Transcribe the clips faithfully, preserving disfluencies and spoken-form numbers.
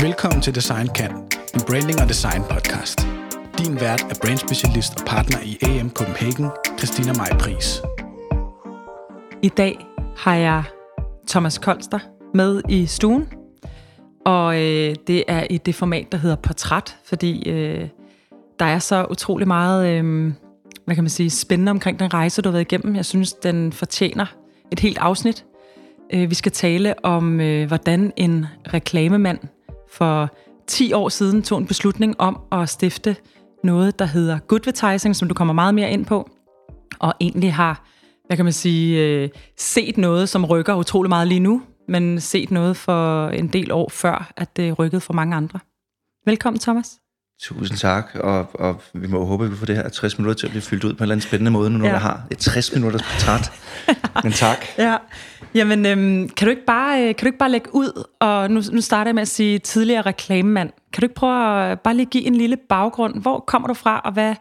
Velkommen til Design Kan, en branding og design podcast. Din vært er brandspecialist og partner i A M Copenhagen, Christina Maj Pris. I dag har jeg Thomas Kolster med i stuen, og øh, det er i det format, der hedder portræt, fordi øh, der er så utrolig meget, øh, hvad kan man sige, spændende omkring den rejse, du har været igennem. Jeg synes, den fortjener et helt afsnit. Øh, vi skal tale om, øh, hvordan en reklamemand for ti år siden tog en beslutning om at stifte noget, der hedder Goodvertising, som du kommer meget mere ind på, og egentlig har, hvad kan man sige, øh, set noget, som rykker utrolig meget lige nu, men set noget for en del år før, at det rykkede for mange andre. Velkommen, Thomas. Tusind tak, og, og vi må håbe, at vi får det her tres minutter til at blive fyldt ud på en eller anden spændende måde, nu når ja. Jeg har et tres minutters portræt. Men tak. Ja. Jamen, øhm, kan du ikke bare kan du ikke bare lægge ud, og nu, nu starter jeg med at sige tidligere reklamemand. Kan du ikke prøve at bare lige give en lille baggrund? Hvor kommer du fra, og hvad,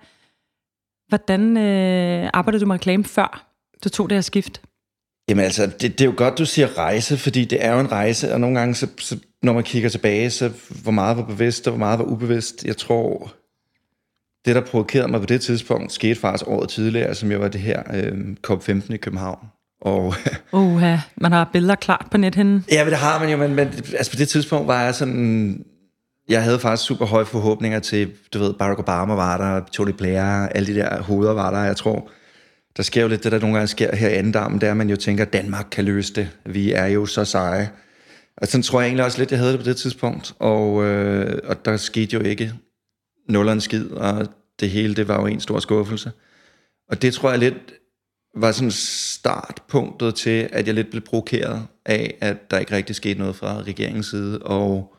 hvordan øh, arbejdede du med reklame før du tog det her skift? Jamen altså, det, det er jo godt, du siger rejse, fordi det er jo en rejse, og nogle gange, så, så, når man kigger tilbage, så hvor meget var bevidst, og hvor meget var ubevidst. Jeg tror, det der provokerede mig på det tidspunkt, skete faktisk året tidligere, som jo var det her øh, C O P femten i København. Og Uha, man har billeder klart på nethinden. Ja, men det har man jo, men, men altså på det tidspunkt var jeg sådan, jeg havde faktisk super høje forhåbninger til, du ved, Barack Obama var der, Tony Blair, alle de der hoveder var der. Jeg tror, der sker jo lidt det, der nogle gange sker her i Andendammen, der man jo tænker, Danmark kan løse det. Vi er jo så seje. Og sådan tror jeg egentlig også lidt, jeg havde det på det tidspunkt. Og, øh, og der skete jo ikke nul og en skid, og det hele, det var jo en stor skuffelse. Og det tror jeg lidt var sådan startpunktet til, at jeg lidt blev provokeret af, at der ikke rigtig skete noget fra regeringens side. Og,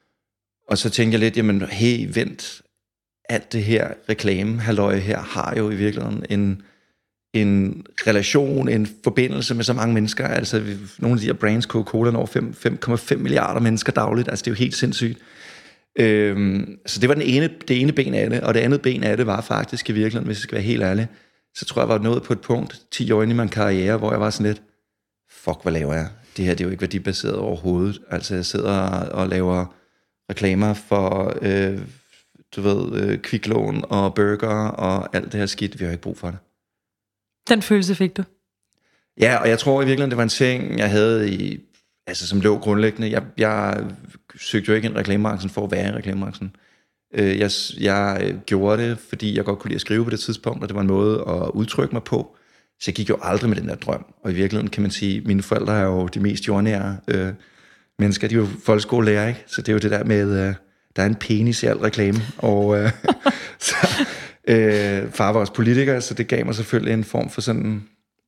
og så tænkte jeg lidt, jamen hey, vent, alt det her reklame, halløje her, har jo i virkeligheden en, en relation, en forbindelse med så mange mennesker. Altså nogle af de her brands, Coca-Cola, når fem komma fem milliarder mennesker dagligt. Altså det er jo helt sindssygt. Øhm, så det var den ene, det ene ben af det, og det andet ben af det var faktisk i virkeligheden, hvis jeg skal være helt ærlig, så tror jeg, jeg var nået på et punkt, ti år inde i min karriere, hvor jeg var sådan lidt, fuck, hvad laver jeg? Det her, det er jo ikke værdibaseret overhovedet. Altså, jeg sidder og laver reklamer for, øh, du ved, øh, kviklån og burger og alt det her skidt. Vi har ikke brug for det. Den følelse fik du? Ja, og jeg tror i virkeligheden, det var en ting, jeg havde i, altså som lå grundlæggende. Jeg, jeg søgte jo ikke ind i reklamebranchen for at være i reklamebranchen. Jeg, jeg gjorde det, fordi jeg godt kunne lide at skrive på det tidspunkt, og det var en måde at udtrykke mig på. Så jeg gik jo aldrig med den der drøm. Og i virkeligheden kan man sige, at mine forældre er jo de mest jordnære øh, mennesker. De er jo folkeskolelærer, ikke? Så det er jo det der med, øh, der er en penis i al reklame. Og øh, så, øh, far var også politiker, så det gav mig selvfølgelig en form for sådan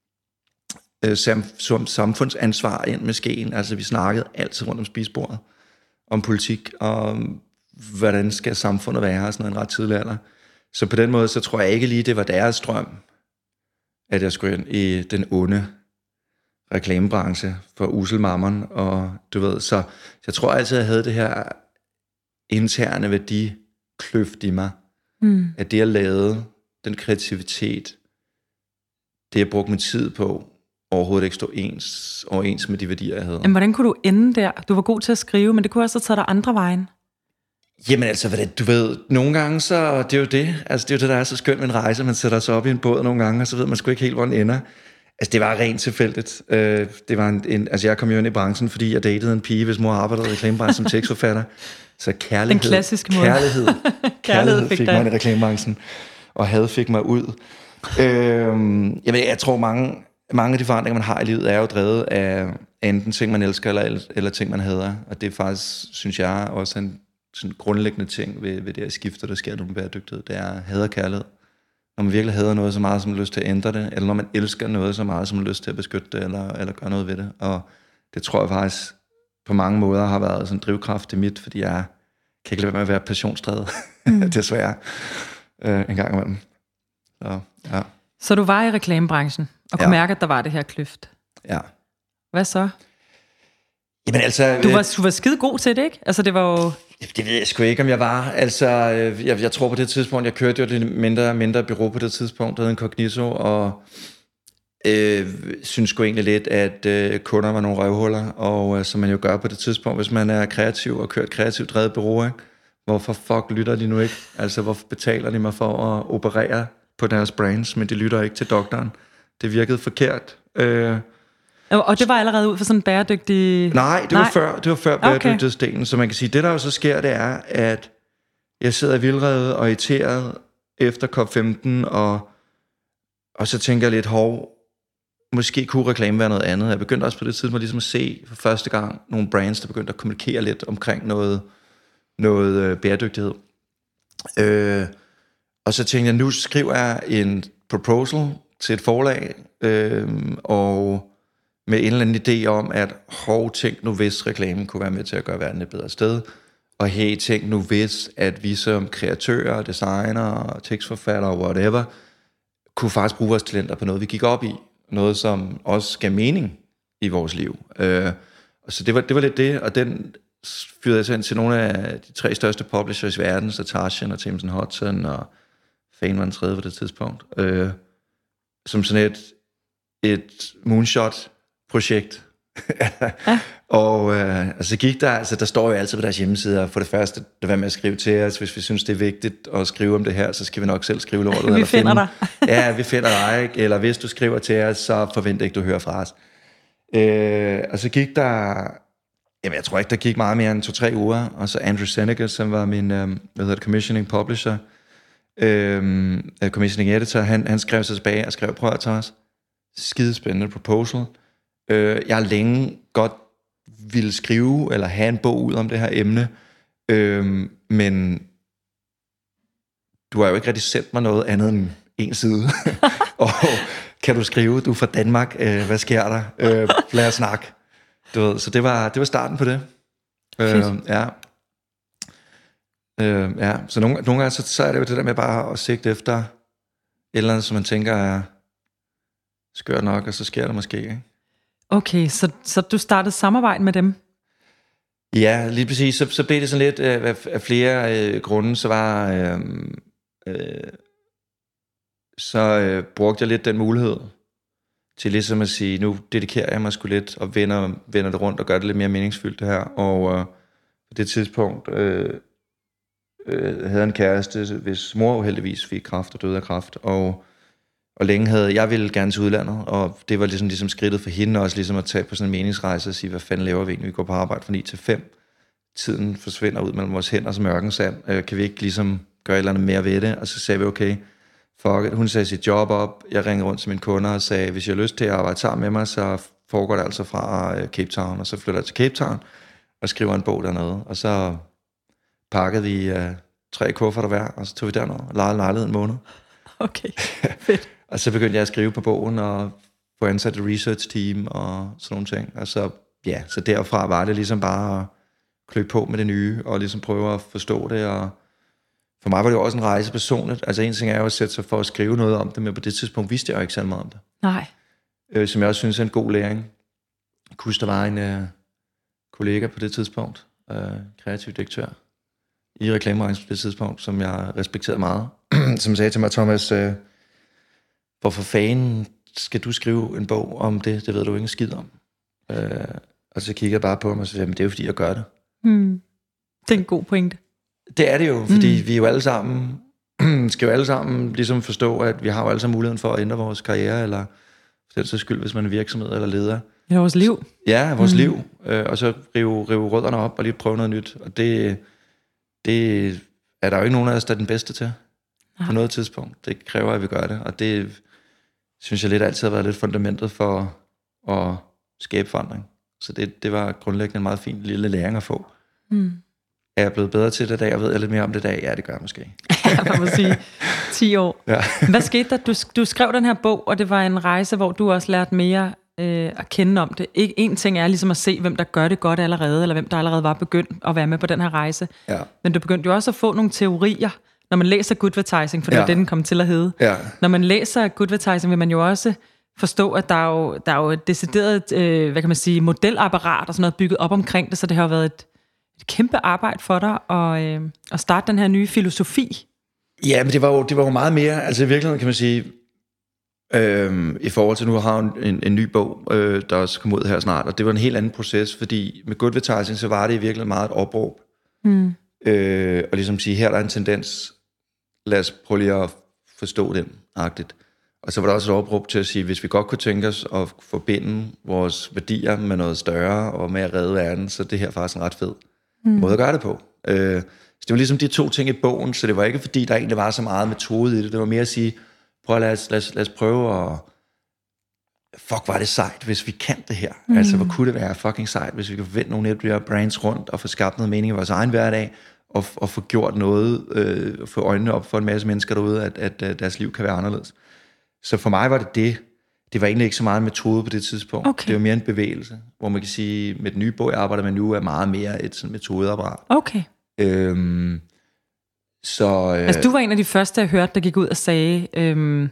øh, sam, som samfundsansvar ind med skeen. Altså vi snakkede altid rundt om spisebordet om politik og hvordan skal samfundet være, sådan en ret tidlig alder. Så på den måde, så tror jeg ikke lige, det var deres drøm, at jeg skulle ind i den onde reklamebranche for uselmammeren, og du ved, så jeg tror altid, jeg havde det her interne værdikløft i mig, mm. at det, jeg lavede, den kreativitet, det, jeg brugte min tid på, overhovedet ikke stå ens, overens med de værdier, jeg havde. Men hvordan kunne du ende der? Du var god til at skrive, men det kunne også have taget dig andre vejen. Jamen altså, du ved, nogle gange så, det er jo det, altså det er jo det, der er så skønt med en rejse, man sætter sig op i en båd nogle gange, og så ved man sgu ikke helt, hvor den ender. Altså det var rent tilfældigt. Øh, det var en, en, altså jeg kom jo ind i branchen, fordi jeg datede en pige, hvis mor arbejdede i reklamebranchen som tekstforfatter. Så kærlighed, den klassiske måde. kærlighed, kærlighed, kærlighed fik, fik mig ind i reklamebranchen, og had fik mig ud. Øh, jeg, ved, jeg tror, mange, mange af de forandringer, man har i livet, er jo drevet af enten ting, man elsker, eller, eller ting, man hader. Og det er faktisk, synes jeg, også en sådan grundlæggende ting ved, ved det her skifte, der sker nu med bæredygtighed, det er had og kærlighed. Når man virkelig hader noget så meget, som man har lyst til at ændre det, eller når man elsker noget så meget, som man har lyst til at beskytte det, eller, eller gøre noget ved det. Og det tror jeg faktisk på mange måder har været sådan en drivkraft i mit, fordi jeg kan ikke lade være med at være passionsdrevet, mm. desværre, øh, en gang imellem. Så, ja. Så du var i reklamebranchen, og kunne ja. mærke, at der var det her kløft. Ja. Hvad så? Jamen altså... Du var, du var skide god til det, ikke? Altså det var jo... Det ved jeg sgu ikke, om jeg var. Altså, jeg, jeg tror på det tidspunkt, jeg kørte jo det mindre mindre bureau på det tidspunkt, der hed Incognito, og øh, synes sgu egentlig lidt, at øh, kunder var nogle røvhuller, og øh, som man jo gør på det tidspunkt, hvis man er kreativ og kører et kreativt drevet bureau, ikke? Hvorfor fuck lytter de nu ikke? Altså, hvorfor betaler de mig for at operere på deres brands, men de lytter ikke til doktoren? Det virkede forkert. Øh, og det var allerede ud for sådan en bæredygtig... Nej, det var Nej. før, det var før okay. bæredygtighedsdelen. Så man kan sige, det der jo så sker, det er, at jeg sidder i vildredet og irriteret efter C O P femten, og, og så tænker jeg lidt, hov, måske kunne reklame være noget andet. Jeg begyndte også på det tidspunkt ligesom at se for første gang nogle brands, der begyndte at kommunikere lidt omkring noget, noget øh, bæredygtighed. Øh, og så tænkte jeg, nu skriver jeg en proposal til et forlag, øh, og med en eller anden idé om, at hov, tænk nu hvis reklamen kunne være med til at gøre verden et bedre sted, og hey, tænk nu hvis, at vi som kreatører, designere, tekstforfattere, whatever, kunne faktisk bruge vores talenter på noget, vi gik op i. Noget, som også gav mening i vores liv. Øh, og så det var, det var lidt det, og den fyrede jeg så ind til nogle af de tre største publishers i verden, så Tarshan og Thames and Hudson, og Fane var den tredje på det tidspunkt, øh, som sådan et, et moonshot-projekt. ja. Og øh, altså gik der, altså der står jo altid på deres hjemmesider, for det første, det var med at skrive til os, hvis vi synes, det er vigtigt at skrive om det her, så skal vi nok selv skrive lortet. vi eller finder dig. ja, vi finder dig, ikke? Eller hvis du skriver til os, så forventer ikke, du hører fra os. Øh, og så gik der, jamen jeg tror ikke, der gik meget mere end to-tre uger, og så Andrew Seneca, som var min, øh, hvad hedder det, commissioning publisher, øh, commissioning editor, han, han skrev sig tilbage og skrev, prøv at tage os, skidespændende proposal. Øh, jeg har længe godt ville skrive eller have en bog ud om det her emne, øh, men du har jo ikke rigtig sendt mig noget andet end en side. Og kan du skrive, du er fra Danmark, øh, hvad sker der? Øh, lad os snakke. Du ved, så det var, det var starten på det. Øh, ja. Øh, ja. Så nogle, nogle gange så, så er det jo det der med bare at sigte efter et eller andet, som man tænker er skørt nok, og så sker der måske, ikke? Okay, så, så du startede samarbejde med dem? Ja, lige præcis. Så, så blev det sådan lidt øh, af, af flere øh, grunde, så var øh, øh, så øh, brugte jeg lidt den mulighed til ligesom at sige, nu dedikerer jeg mig sgu lidt og vender, vender det rundt og gør det lidt mere meningsfyldt det her. Og øh, på det tidspunkt øh, øh, havde en kæreste, hvis mor uheldigvis fik kræft og døde af kræft, og Og længe havde, jeg ville gerne til udlandet, og det var ligesom, ligesom skridtet for hende også, ligesom at tage på sådan en meningsrejse og sige, hvad fanden laver vi egentlig? Vi går på arbejde fra ni til fem. Tiden forsvinder ud mellem vores hænder som ørkensand. Øh, kan vi ikke ligesom gøre et eller andet mere ved det? Og så sagde vi, okay, fuck it. Hun sagde sit job op. Jeg ringede rundt til mine kunder og sagde, hvis jeg har lyst til at arbejde sammen med mig, så foregår det altså fra øh, Cape Town. Og så flytter jeg til Cape Town og skriver en bog dernede. Og så pakkede vi øh, tre kufferter hver, og så tog vi derned og lejede lejlighed en måned. Okay, fedt. Og så begyndte jeg at skrive på bogen og få ansat et research team og sådan nogle ting. Og så, ja, så derfra var det ligesom bare at klø på med det nye og ligesom prøve at forstå det. Og for mig var det jo også en rejse personligt. Altså en ting er jo at sætte sig for at skrive noget om det, men på det tidspunkt vidste jeg jo ikke særlig meget om det. Nej. Øh, som jeg også synes er en god læring. Jeg kunne huske, der var en øh, kollega på det tidspunkt, øh, kreativ direktør i reklamebranchen på det tidspunkt, som jeg respekterede meget, som sagde til mig, Thomas, øh, hvorfor fanden skal du skrive en bog om det? Det ved du ikke en skid om. Øh, og så kigger jeg bare på ham og siger, jamen det er jo fordi, jeg gør det. Hmm. Det er en god pointe. Det er det jo, fordi mm. vi jo alle sammen, skal jo alle sammen ligesom forstå, at vi har jo alle sammen muligheden for at ændre vores karriere, eller for den sags skyld, hvis man er virksomhed eller leder. Ja, vores liv. Ja, vores mm. liv. Øh, og så rive, rive rødderne op og lige prøve noget nyt. Og det, det er der jo ikke nogen af os, der er den bedste til. Aha. På noget tidspunkt. Det kræver, at vi gør det. Og det synes jeg lidt altid har været lidt fundamentet for at skabe forandring. Så det, det var grundlæggende en meget fin lille læring at få. Mm. Er jeg blevet bedre til det i dag, og ved jeg lidt mere om det i dag? Ja, det gør jeg måske. Ja, man må sige ti år. Ja. Hvad skete der? Du, du skrev den her bog, og det var en rejse, hvor du også lærte mere øh, at kende om det. Ikke, en ting er ligesom at se, hvem der gør det godt allerede, eller hvem der allerede var begyndt at være med på den her rejse. Ja. Men du begyndte jo også at få nogle teorier, når man læser Goodvertising, for det ja. var det, den kom til at hedde. Ja. Når man læser Goodvertising, vil man jo også forstå, at der er jo, der er jo et decideret, øh, hvad kan man sige, modelapparat og sådan noget bygget op omkring det, så det har jo været et, et kæmpe arbejde for dig at, øh, at starte den her nye filosofi. Ja, men det var jo, det var jo meget mere, altså i virkeligheden kan man sige, Øhm, I forhold til, nu har jeg en, en ny bog, øh, der også kommer ud her snart, og det var en helt anden proces, fordi med Goodvertising, så var det i virkeligheden meget et opråb. Mm. Øh, og ligesom sige, her er der en tendens, lad os prøve lige at forstå den, agtigt. Og så var der også et opråb til at sige, hvis vi godt kunne tænke os at forbinde vores værdier med noget større, og med at redde verden, så det her er faktisk en ret fed mm. måde at gøre det på. Øh, så det var ligesom de to ting i bogen, så det var ikke fordi, der egentlig var så meget metode i det, det var mere at sige, prøv at lad os, lad os, lad os prøve at... Fuck, var det sejt, hvis vi kan det her. Mm. Altså, hvor kunne det være fucking sejt, hvis vi kan forvente nogle af de her brands rundt, og få skabt noget mening i vores egen hverdag, og, og få gjort noget, øh, og få øjnene op for en masse mennesker derude, at, at, at deres liv kan være anderledes. Så for mig var det det. Det var egentlig ikke så meget en metode på det tidspunkt. Okay. Det var mere en bevægelse, hvor man kan sige, med den nye bog, jeg arbejder med nu, er meget mere et sådan metodeapparat. Okay. Øhm, så... Øh, altså, du var en af de første, jeg hørte, der gik ud og sagde, øhm,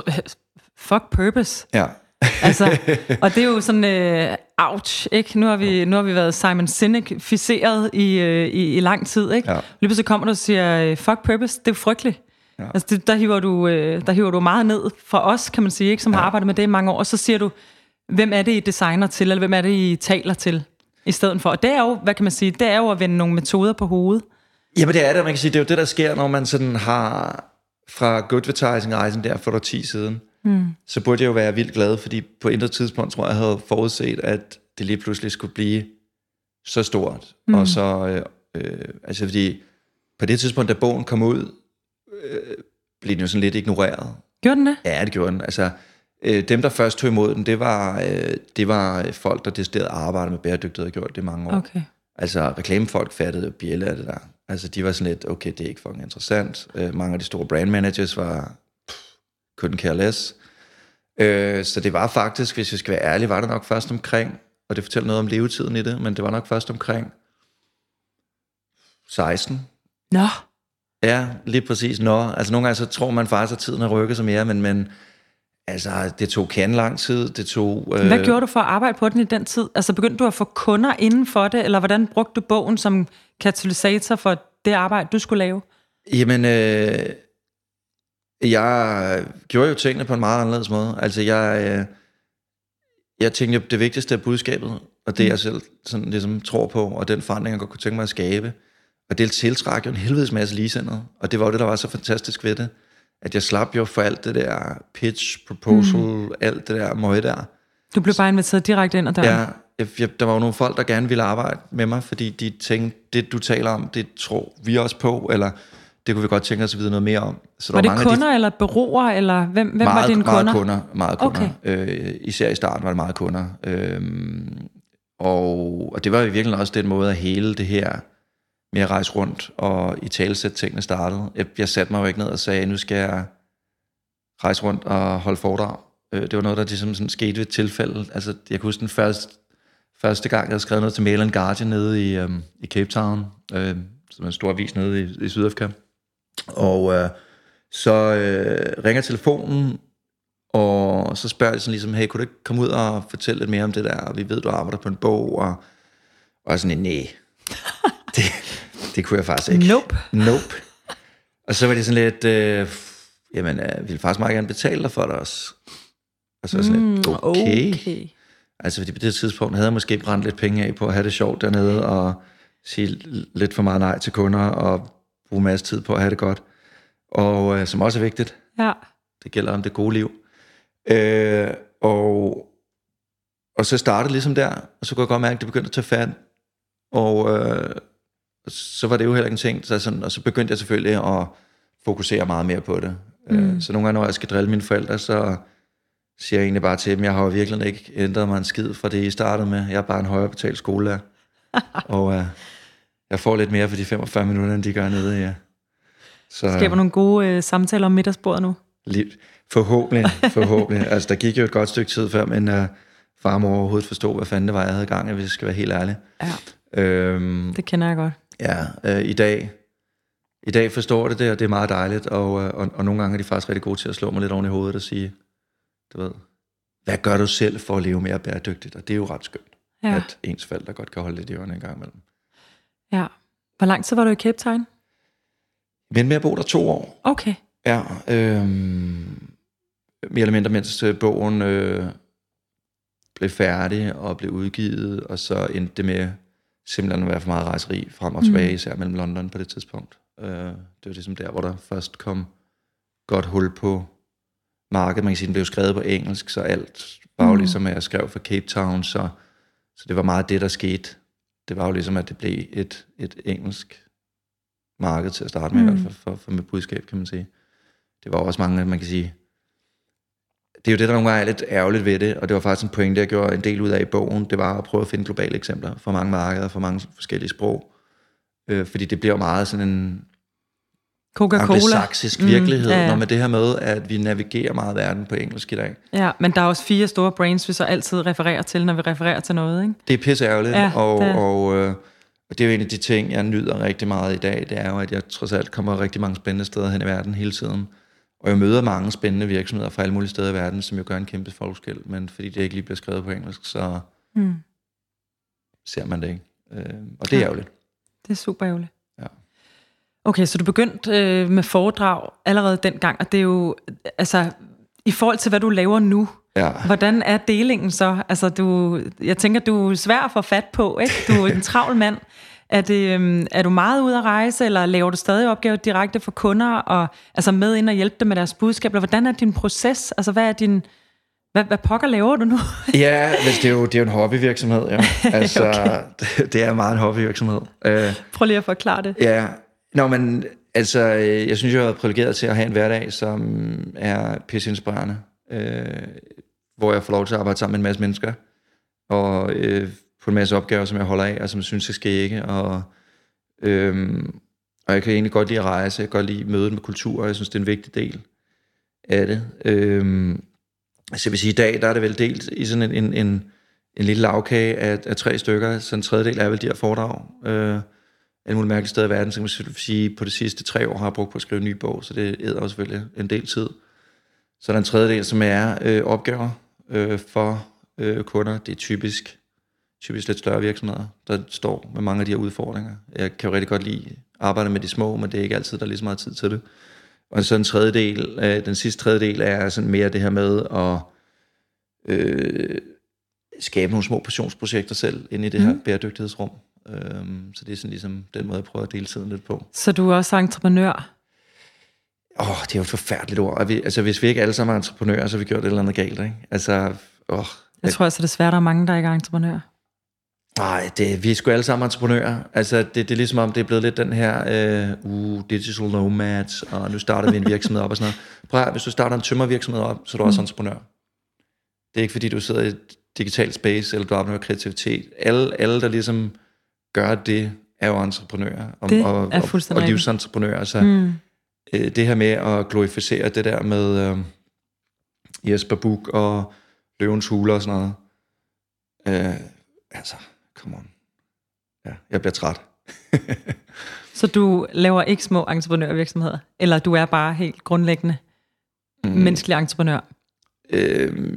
fuck purpose. Ja. altså, og det er jo sådan, øh, ouch, ikke? Nu har vi, nu har vi været Simon Sinek-ficeret i, øh, i, i lang tid, ikke? Ja. Lige pludselig kommer du og siger, fuck purpose, det er jo frygteligt. Ja. Altså, det, der, hiver du, øh, der hiver du meget ned fra os, kan man sige, ikke? Som ja. har arbejdet med det i mange år, og så siger du, hvem er det, I designer til, eller hvem er det, I taler til, i stedet for. Og det er jo, hvad kan man sige, det er jo at vende nogle metoder på hovedet. Jamen det er det, man kan sige, det er jo det, der sker, når man sådan har fra Goodvertising-rejsen der for et ti siden, mm. så burde jeg jo være vildt glad, fordi på intet tidspunkt, tror jeg, jeg havde forudset, at det lige pludselig skulle blive så stort. Mm. Og så, øh, øh, altså fordi på det tidspunkt, da bogen kom ud, øh, blev den jo sådan lidt ignoreret. Gjorde den det? Ja, det gjorde den. Altså, øh, dem, der først tog imod den, det var, øh, det var folk, der decideret arbejdede med bæredygtighed og gjort det i mange år. Okay. Altså, reklamefolk fattede bjælle af det der. Altså, de var sådan lidt, okay, det er ikke fucking interessant. Øh, mange af de store brand managers var, pff, couldn't care less. Øh, så det var faktisk, hvis jeg skal være ærlig, var det nok først omkring, og det fortæller noget om levetiden i det, men det var nok først omkring seksten. Nå. Ja, lige præcis. Nå. Altså, nogle gange så tror man faktisk, at tiden har rykket sig mere, men, men altså, det tog kæmpe lang tid. Det tog, øh... Hvad gjorde du for at arbejde på den i den tid? Altså, begyndte du at få kunder inden for det, eller hvordan brugte du bogen som katalysator for det arbejde, du skulle lave? Jamen, øh, jeg gjorde jo tingene på en meget anderledes måde. Altså, jeg, øh, jeg tænkte, det vigtigste er budskabet, og det mm. jeg selv sådan, ligesom, tror på, og den forandring, jeg godt kunne tænke mig at skabe. Og det tiltrækker jo en helvedes masse ligesindede, og det var jo det, der var så fantastisk ved det, at jeg slap jo for alt det der pitch, proposal, mm. alt det der møg der. Du blev bare inviteret direkte ind ad døren? Ja, jeg, jeg, der var jo nogle folk, der gerne ville arbejde med mig, fordi de tænkte, det du taler om, det tror vi også på, eller det kunne vi godt tænke os at vide noget mere om. Så var der var det kunder de, eller bureauer, eller hvem, hvem meget, var dine meget kunder? kunder? Meget kunder, okay. øh, især i starten var det meget kunder. Øh, og, og det var i virkeligheden også den måde at hele det her med at rejse rundt og i talesæt tingene startede. Jeg, jeg satte mig jo ikke ned og sagde, nu skal jeg rejse rundt og holde foredrag. Det var noget, der ligesom sådan skete ved et tilfælde. Altså, jeg kan huske den første, første gang, jeg havde skrevet noget til Mail and Guardian nede i, øhm, i Cape Town, øh, som er en stor avis nede i, i Sydafrika. Og øh, så øh, ringer telefonen, og så spørger jeg sådan ligesom, hey, kunne du ikke komme ud og fortælle lidt mere om det der? Og vi ved, du arbejder på en bog, og, og jeg sådan, nej, det, det kunne jeg faktisk ikke. Nope. Nope. Og så var det sådan lidt, øh, jamen, jeg ville faktisk meget gerne betale dig for det også. Og så var sådan lidt, okay. okay. Altså, fordi på det tidspunkt havde jeg måske brændt lidt penge af på at have det sjovt dernede, og sige lidt for meget nej til kunder, og bruge en masse tid på at have det godt. Og øh, som også er vigtigt. Ja. Det gælder om det gode liv. Øh, og, og så startede ligesom der, og så kunne jeg godt mærke, at det begyndte at tage fat. Og øh, så var det jo heller ikke en ting. Så sådan, og så begyndte jeg selvfølgelig at fokusere meget mere på det. Mm. Så nogle gange, når jeg skal drille mine forældre, så siger jeg egentlig bare til dem, jeg har jo virkelig ikke ændret mig en skid fra det, I startede med. Jeg er bare en højere betalt skolelærer. Og uh, jeg får lidt mere for de femogfyrre minutter, end de gør nede. Ja. Så skaber nogle gode uh, samtaler om middagsbordet nu? Lidt. Forhåbentlig, forhåbentlig. Altså, der gik jo et godt stykke tid før, men uh, far må overhovedet forstå, hvad fanden det var, jeg havde gang i, hvis jeg skal være helt ærlig. Ja, øhm, det kender jeg godt. Ja, uh, i dag... I dag forstår det det, og det er meget dejligt, og, og, og nogle gange er de faktisk rigtig gode til at slå mig lidt oven i hovedet og sige, du ved, hvad gør du selv for at leve mere bæredygtigt? Og det er jo ret skønt, ja. At ens forældre godt kan holde lidt i ørerne en gang imellem. Ja. Hvor lang tid var du i Cape Town? Men med at bo der to år. Okay. Ja, øhm, mere eller mindre, mens øh, bogen øh, blev færdig og blev udgivet, og så endte det med simpelthen at være for meget rejseri frem og tilbage, mm. især mellem London på det tidspunkt. Øh, det var ligesom der, hvor der først kom godt hul på markedet. Man kan sige, den blev skrevet på engelsk, så alt var jo mm. ligesom, at jeg skrev for Cape Town, så, så det var meget det, der skete. Det var jo ligesom, at det blev et, et engelsk marked til at starte med, mm. i hvert fald for, for mit budskab, kan man sige. Det var også mange, man kan sige, det er jo det, der nogle gange er lidt ærgerligt ved det, og det var faktisk en pointe, jeg gjorde en del ud af i bogen, det var at prøve at finde globale eksempler for mange markeder, for mange forskellige sprog, øh, fordi det bliver meget sådan en anglosaksisk virkelighed, mm, ja, ja. Når med det her med, at vi navigerer meget verden på engelsk i dag. Ja, men der er også fire store brains, vi så altid refererer til, når vi refererer til noget, ikke? Det er pisse ærgerligt, ja, og, det. og, øh, og det er jo en af de ting, jeg nyder rigtig meget i dag, det er jo, at jeg trods alt kommer rigtig mange spændende steder hen i verden hele tiden. Og jeg møder mange spændende virksomheder fra alle mulige steder i verden, som jo gør en kæmpe forskel, men fordi det ikke lige bliver skrevet på engelsk, så mm. ser man det ikke. Øh, og det er ærgerligt. Det er super ærgerligt. Ja. Okay, så du begyndte øh, med foredrag allerede dengang, og det er jo, altså, i forhold til hvad du laver nu, ja. Hvordan er delingen så? Altså, du, jeg tænker, du er svær at få fat på, ikke? Du er en travl mand. Er, det, øhm, er du meget ude at rejse, eller laver du stadig opgaver direkte for kunder, og altså med ind og hjælpe dem med deres budskab? Eller hvordan er din proces? Altså, hvad er din... Hvad, hvad pokker laver du nu? Ja, det er jo, det er jo en hobbyvirksomhed, ja. Altså, okay. det, det er meget en hobbyvirksomhed. Uh, Prøv lige at forklare det. Ja, Nå, men altså, jeg synes, jeg har været privilegeret til at have en hverdag, som er pisseinspirerende, uh, hvor jeg får lov til at arbejde sammen med en masse mennesker, og uh, på en masse opgaver, som jeg holder af, og som jeg synes, jeg skal ikke, og, øhm, og jeg kan egentlig godt lide at rejse, jeg kan godt lide mødet med kultur, og jeg synes, det er en vigtig del af det. Øhm, altså jeg vil sige, i dag, der er det vel delt i sådan en, en, en, en lille lavkage af, af tre stykker, så en tredjedel er vel de her foredrag. Øh, alle mulige mærkelige steder i verden, så kan man sige, på de sidste tre år har jeg brugt på at skrive en ny bog, så det æder også selvfølgelig en del tid. Så der er en tredjedel, som er øh, opgaver øh, for øh, kunder, det er typisk typisk lidt større virksomheder, der står med mange af de her udfordringer. Jeg kan jo rigtig godt lide at arbejde med de små, men det er ikke altid, der er lige så meget tid til det. Og så en tredjedel, øh, den sidste tredjedel er sådan mere det her med at øh, skabe nogle små passionsprojekter selv inde i det mm. her bæredygtighedsrum. Um, så det er sådan ligesom den måde, jeg prøver at dele tiden lidt på. Så du er også entreprenør? Åh, oh, det er jo et forfærdeligt ord. Vi, altså, hvis vi ikke alle sammen er entreprenører, så har vi gjort et eller andet galt, ikke? Altså, åh. Oh, jeg tror altså, det er svært, der er mange, der ikke er entreprenører. Nej, det, vi er sgu alle sammen entreprenører. Altså, det, det er ligesom om, det er blevet lidt den her uh, uh, digital nomads, og nu starter vi en virksomhed op og sådan noget. Prøv at, hvis du starter en tømmervirksomhed op, så er du mm. også entreprenør. Det er ikke fordi, du sidder i et digitalt space, eller du arbejder med kreativitet. Alle, alle der ligesom gør det, er jo entreprenører. Og, det og, er fuldstændig og, og livsentreprenører. Så mm. øh, det her med at glorificere det der med øh, Jesper Buch og Løvens Hule og sådan noget. Øh, altså, come on. Ja, jeg bliver træt. Så du laver ikke små entreprenørvirksomheder? Eller du er bare helt grundlæggende mm. menneskelig entreprenør? Øh,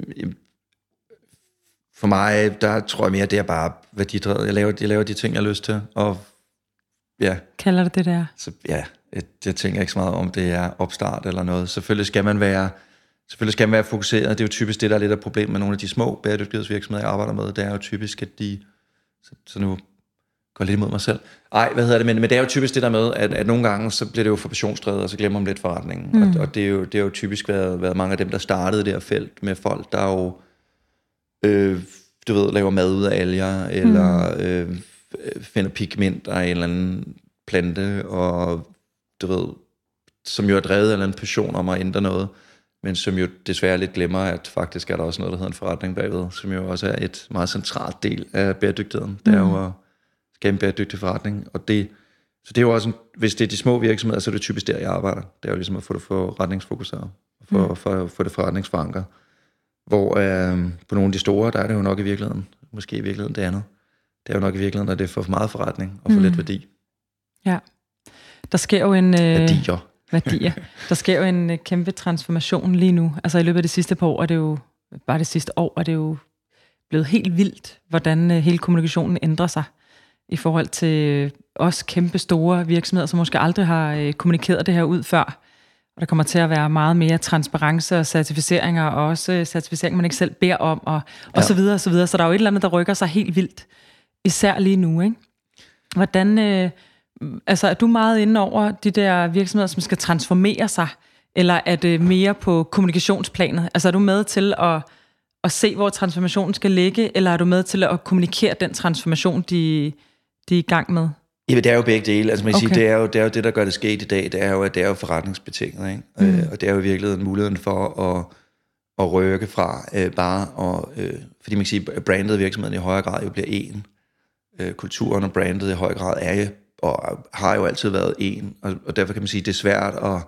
For mig, der tror jeg mere, det er bare værdidrevet. Jeg laver, jeg laver de ting, jeg har lyst til. Og ja. Kalder det det der? Så, ja, jeg, jeg tænker ikke så meget om, det er opstart eller noget. Selvfølgelig skal man være, selvfølgelig skal man være fokuseret. Det er jo typisk det, der er lidt af problemet med nogle af de små bæredygtighedsvirksomheder, jeg arbejder med. Det er jo typisk, at de... Så, så nu går jeg lidt imod mig selv. Ej, hvad hedder det? Men, men det er jo typisk det der med, at, at nogle gange, så bliver det jo for passionsdrevet, og så glemmer man lidt forretningen. Mm. Og, og det, er jo, det er jo typisk været, været mange af dem, der startede det her felt med folk, der jo... Øh, du ved, laver mad ud af alger, eller mm. øh, finder pigmenter af en eller anden plante, og du ved, som jo er drevet af en eller anden passion om at ændre noget, men som jo desværre lidt glemmer, at faktisk er der også noget, der hedder en forretning bagved, som jo også er et meget centralt del af bæredygtigheden. Det er mm. jo at skabe en bæredygtig forretning, og det, så det er jo også, en, hvis det er de små virksomheder, så er det typisk der, jeg arbejder. Det er jo ligesom at få det forretningsfokuseret, for, mm. for, for det forretningsforankret. Hvor øh, på nogle af de store, der er det jo nok i virkeligheden, måske i virkeligheden det andet, det er jo nok i virkeligheden, at det er for meget forretning og for mm. lidt værdi. Ja, der sker jo en... Øh, værdier. værdier. Der sker jo en øh, kæmpe transformation lige nu. Altså i løbet af det sidste par år, er det jo, bare det sidste år, er det jo blevet helt vildt, hvordan øh, hele kommunikationen ændrer sig i forhold til øh, også kæmpe store virksomheder, som måske aldrig har øh, kommunikeret det her ud før. og der kommer til at være meget mere transparence og certificeringer, og også certificering, man ikke selv beder om, og, og ja. så videre, og så videre. Så der er jo et eller andet, der rykker sig helt vildt, især lige nu, ikke? Hvordan, øh, altså er du meget inde over de der virksomheder, som skal transformere sig, eller er det mere på kommunikationsplanet? Altså er du med til at, at se, hvor transformationen skal ligge, eller er du med til at kommunikere den transformation, de, de er i gang med? Jamen, det er jo begge dele. Altså, man kan okay. sige, det er, jo, det er jo det, der gør det sket i dag. Det er jo, at det er jo forretningsbetinget, ikke? Mm. Øh, og det er jo i virkeligheden muligheden for at, at rykke fra øh, bare, og, øh, fordi man kan sige, at brandet virksomheden i højere grad jo bliver en. Øh, kulturen og brandet i høj grad er og har jo altid været en, og, og derfor kan man sige, at det er svært at,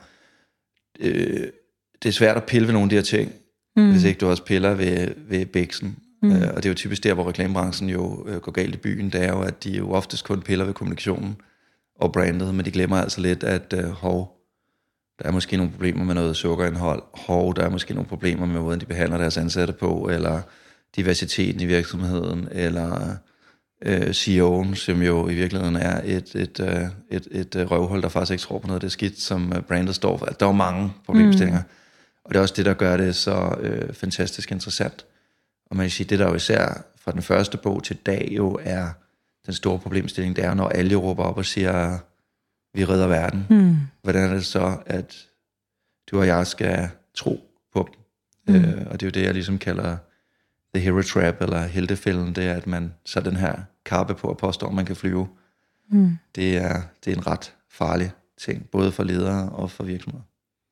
øh, det er svært at pille ved nogle af de her ting, mm. hvis ikke du også piller ved, ved bæksen. Mm. Øh, og det er jo typisk der, hvor reklamebranchen jo øh, går galt i byen, det er jo, at de jo oftest kun piller ved kommunikationen og brandet, men de glemmer altså lidt, at øh, hov, der er måske nogle problemer med noget sukkerindhold, hov, der er måske nogle problemer med måden, de behandler deres ansatte på, eller diversiteten i virksomheden, eller øh, C E O'en, som jo i virkeligheden er et, et, et, et, et, et røvhul, der faktisk ikke tror på noget af det skidt, som brandet står for. Der er jo mange problemstillinger, mm. og det er også det, der gør det så øh, fantastisk interessant. Og man kan sige, det der jo især fra den første bog til dag jo er den store problemstilling, det er, når alle råber op og siger, vi redder verden. Mm. Hvordan er det så, at du og jeg skal tro på dem? Mm. Øh, og det er jo det, jeg ligesom kalder the hero trap, eller heltefælden, det er, at man så den her kappe på og påstår, at man kan flyve. Mm. Det, er, det er en ret farlig ting, både for ledere og for virksomheder.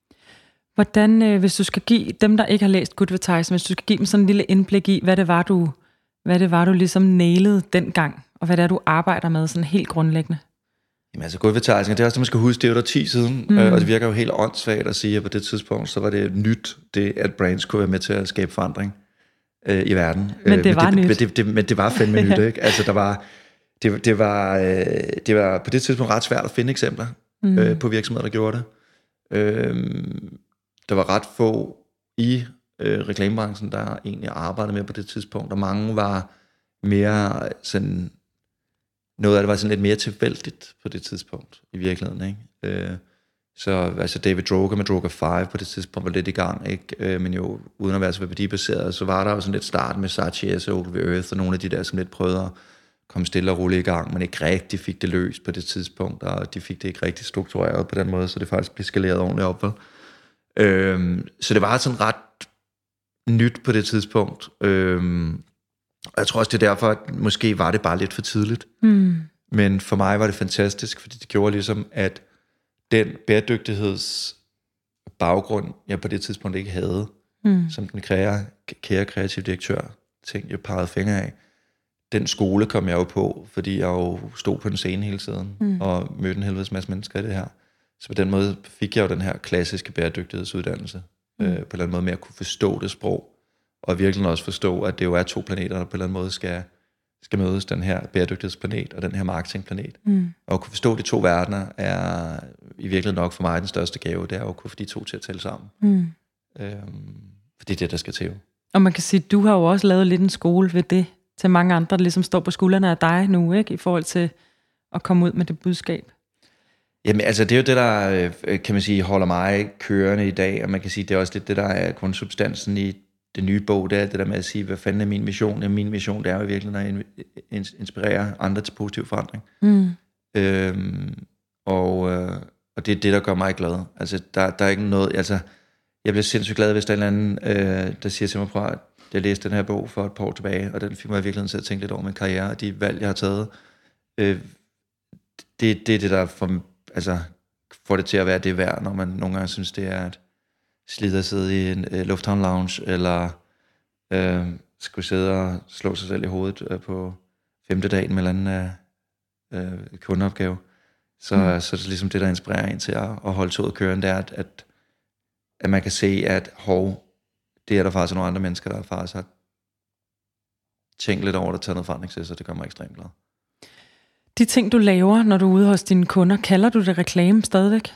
Hvordan, øh, hvis du skal give dem, der ikke har læst Goodvertising, hvis du skal give dem sådan en lille indblik i, hvad det var, du, hvad det var, du ligesom nailede dengang, og hvad det er, du arbejder med sådan helt grundlæggende? Jamen altså Goodvertising, det er også det, man skal huske, det er jo der ti siden, mm. øh, og det virker jo helt åndssvagt at sige, at på det tidspunkt, så var det nyt, det at brands kunne være med til at skabe forandring øh, i verden. Men det øh, var men det, nyt. Men det, det, men det var fandme nyt, ikke? Altså der var, det, det, var, øh, det var på det tidspunkt ret svært at finde eksempler mm. øh, på virksomheder, der gjorde det. Øh, Der var ret få i øh, reklamebranchen, der egentlig arbejdede med på det tidspunkt, og mange var mere sådan, noget af det var sådan lidt mere tilfældigt på det tidspunkt i virkeligheden, ikke? Øh, så altså David Droga med Droga fem på det tidspunkt var lidt i gang, ikke? Øh, men jo uden at være så værdibaseret, så var der jo sådan lidt start med Saatchi S og Ogilvy Earth og nogle af de der, som lidt prøvede at komme stille og roligt i gang, men ikke rigtig fik det løst på det tidspunkt, og de fik det ikke rigtig struktureret på den måde, så det faktisk blev skaleret ordentligt op, vel? Øhm, så det var sådan ret nyt på det tidspunkt. Øhm, og jeg tror også, det er derfor, at måske var det bare lidt for tidligt. Mm. Men for mig var det fantastisk, fordi det gjorde ligesom, at den bæredygtighedsbaggrund, jeg på det tidspunkt ikke havde, mm. som den kære, kære kreative direktør tænkte, jeg pegede fingre af, den skole kom jeg jo på, fordi jeg jo stod på en scene hele tiden, mm. og mødte en helvedes masse mennesker i det her. Så på den måde fik jeg jo den her klassiske bæredygtighedsuddannelse, mm. øh, på en eller anden måde med at kunne forstå det sprog, og virkelig også forstå, at det jo er to planeter, der på en eller anden måde skal, skal mødes, den her bæredygtighedsplanet og den her marketingplanet. Mm. Og at kunne forstå de to verdener er i virkeligheden nok for mig den største gave, det er at kunne få de to til at tælle sammen. Mm. Øhm, for det er det, der skal til. Og man kan sige, du har jo også lavet lidt en skole ved det, til mange andre, der ligesom står på skuldrene af dig nu, ikke? I forhold til at komme ud med det budskab. Jamen altså det er jo det, der kan man sige holder mig kørende i dag, og man kan sige, det er også lidt det, der er grundsubstansen i det nye bog, det er det der med at sige, hvad fanden er min mission? Ja, min mission, det er jo i virkeligheden at inspirere andre til positiv forandring. Mm. Øhm, og, øh, og det er det, der gør mig glad. Altså der, der er ikke noget, altså jeg bliver sindssygt glad, hvis der er en anden, øh, der siger til mig, prøv at jeg læste den her bog for et par år tilbage, og den fik mig i virkeligheden til at tænke lidt over min karriere, og de valg, jeg har taget. Øh, det, det er det, der for altså får det til at være det værd, når man nogle gange synes, det er et slid at sidde i en uh, lufthavn lounge, eller uh, skulle sidde og slå sig selv i hovedet uh, på femte dagen med en eller anden uh, kundeopgave. Så, mm. så det er ligesom det, der inspirerer en til at, at holde toget kørende, det er, at, at, at man kan se, at hov, det er der faktisk nogle andre mennesker, der faktisk har tænkt lidt over det, taget noget forandring til, så det gør mig ekstremt glad. De ting, du laver, når du er ude hos dine kunder, kalder du det reklame stadigvæk?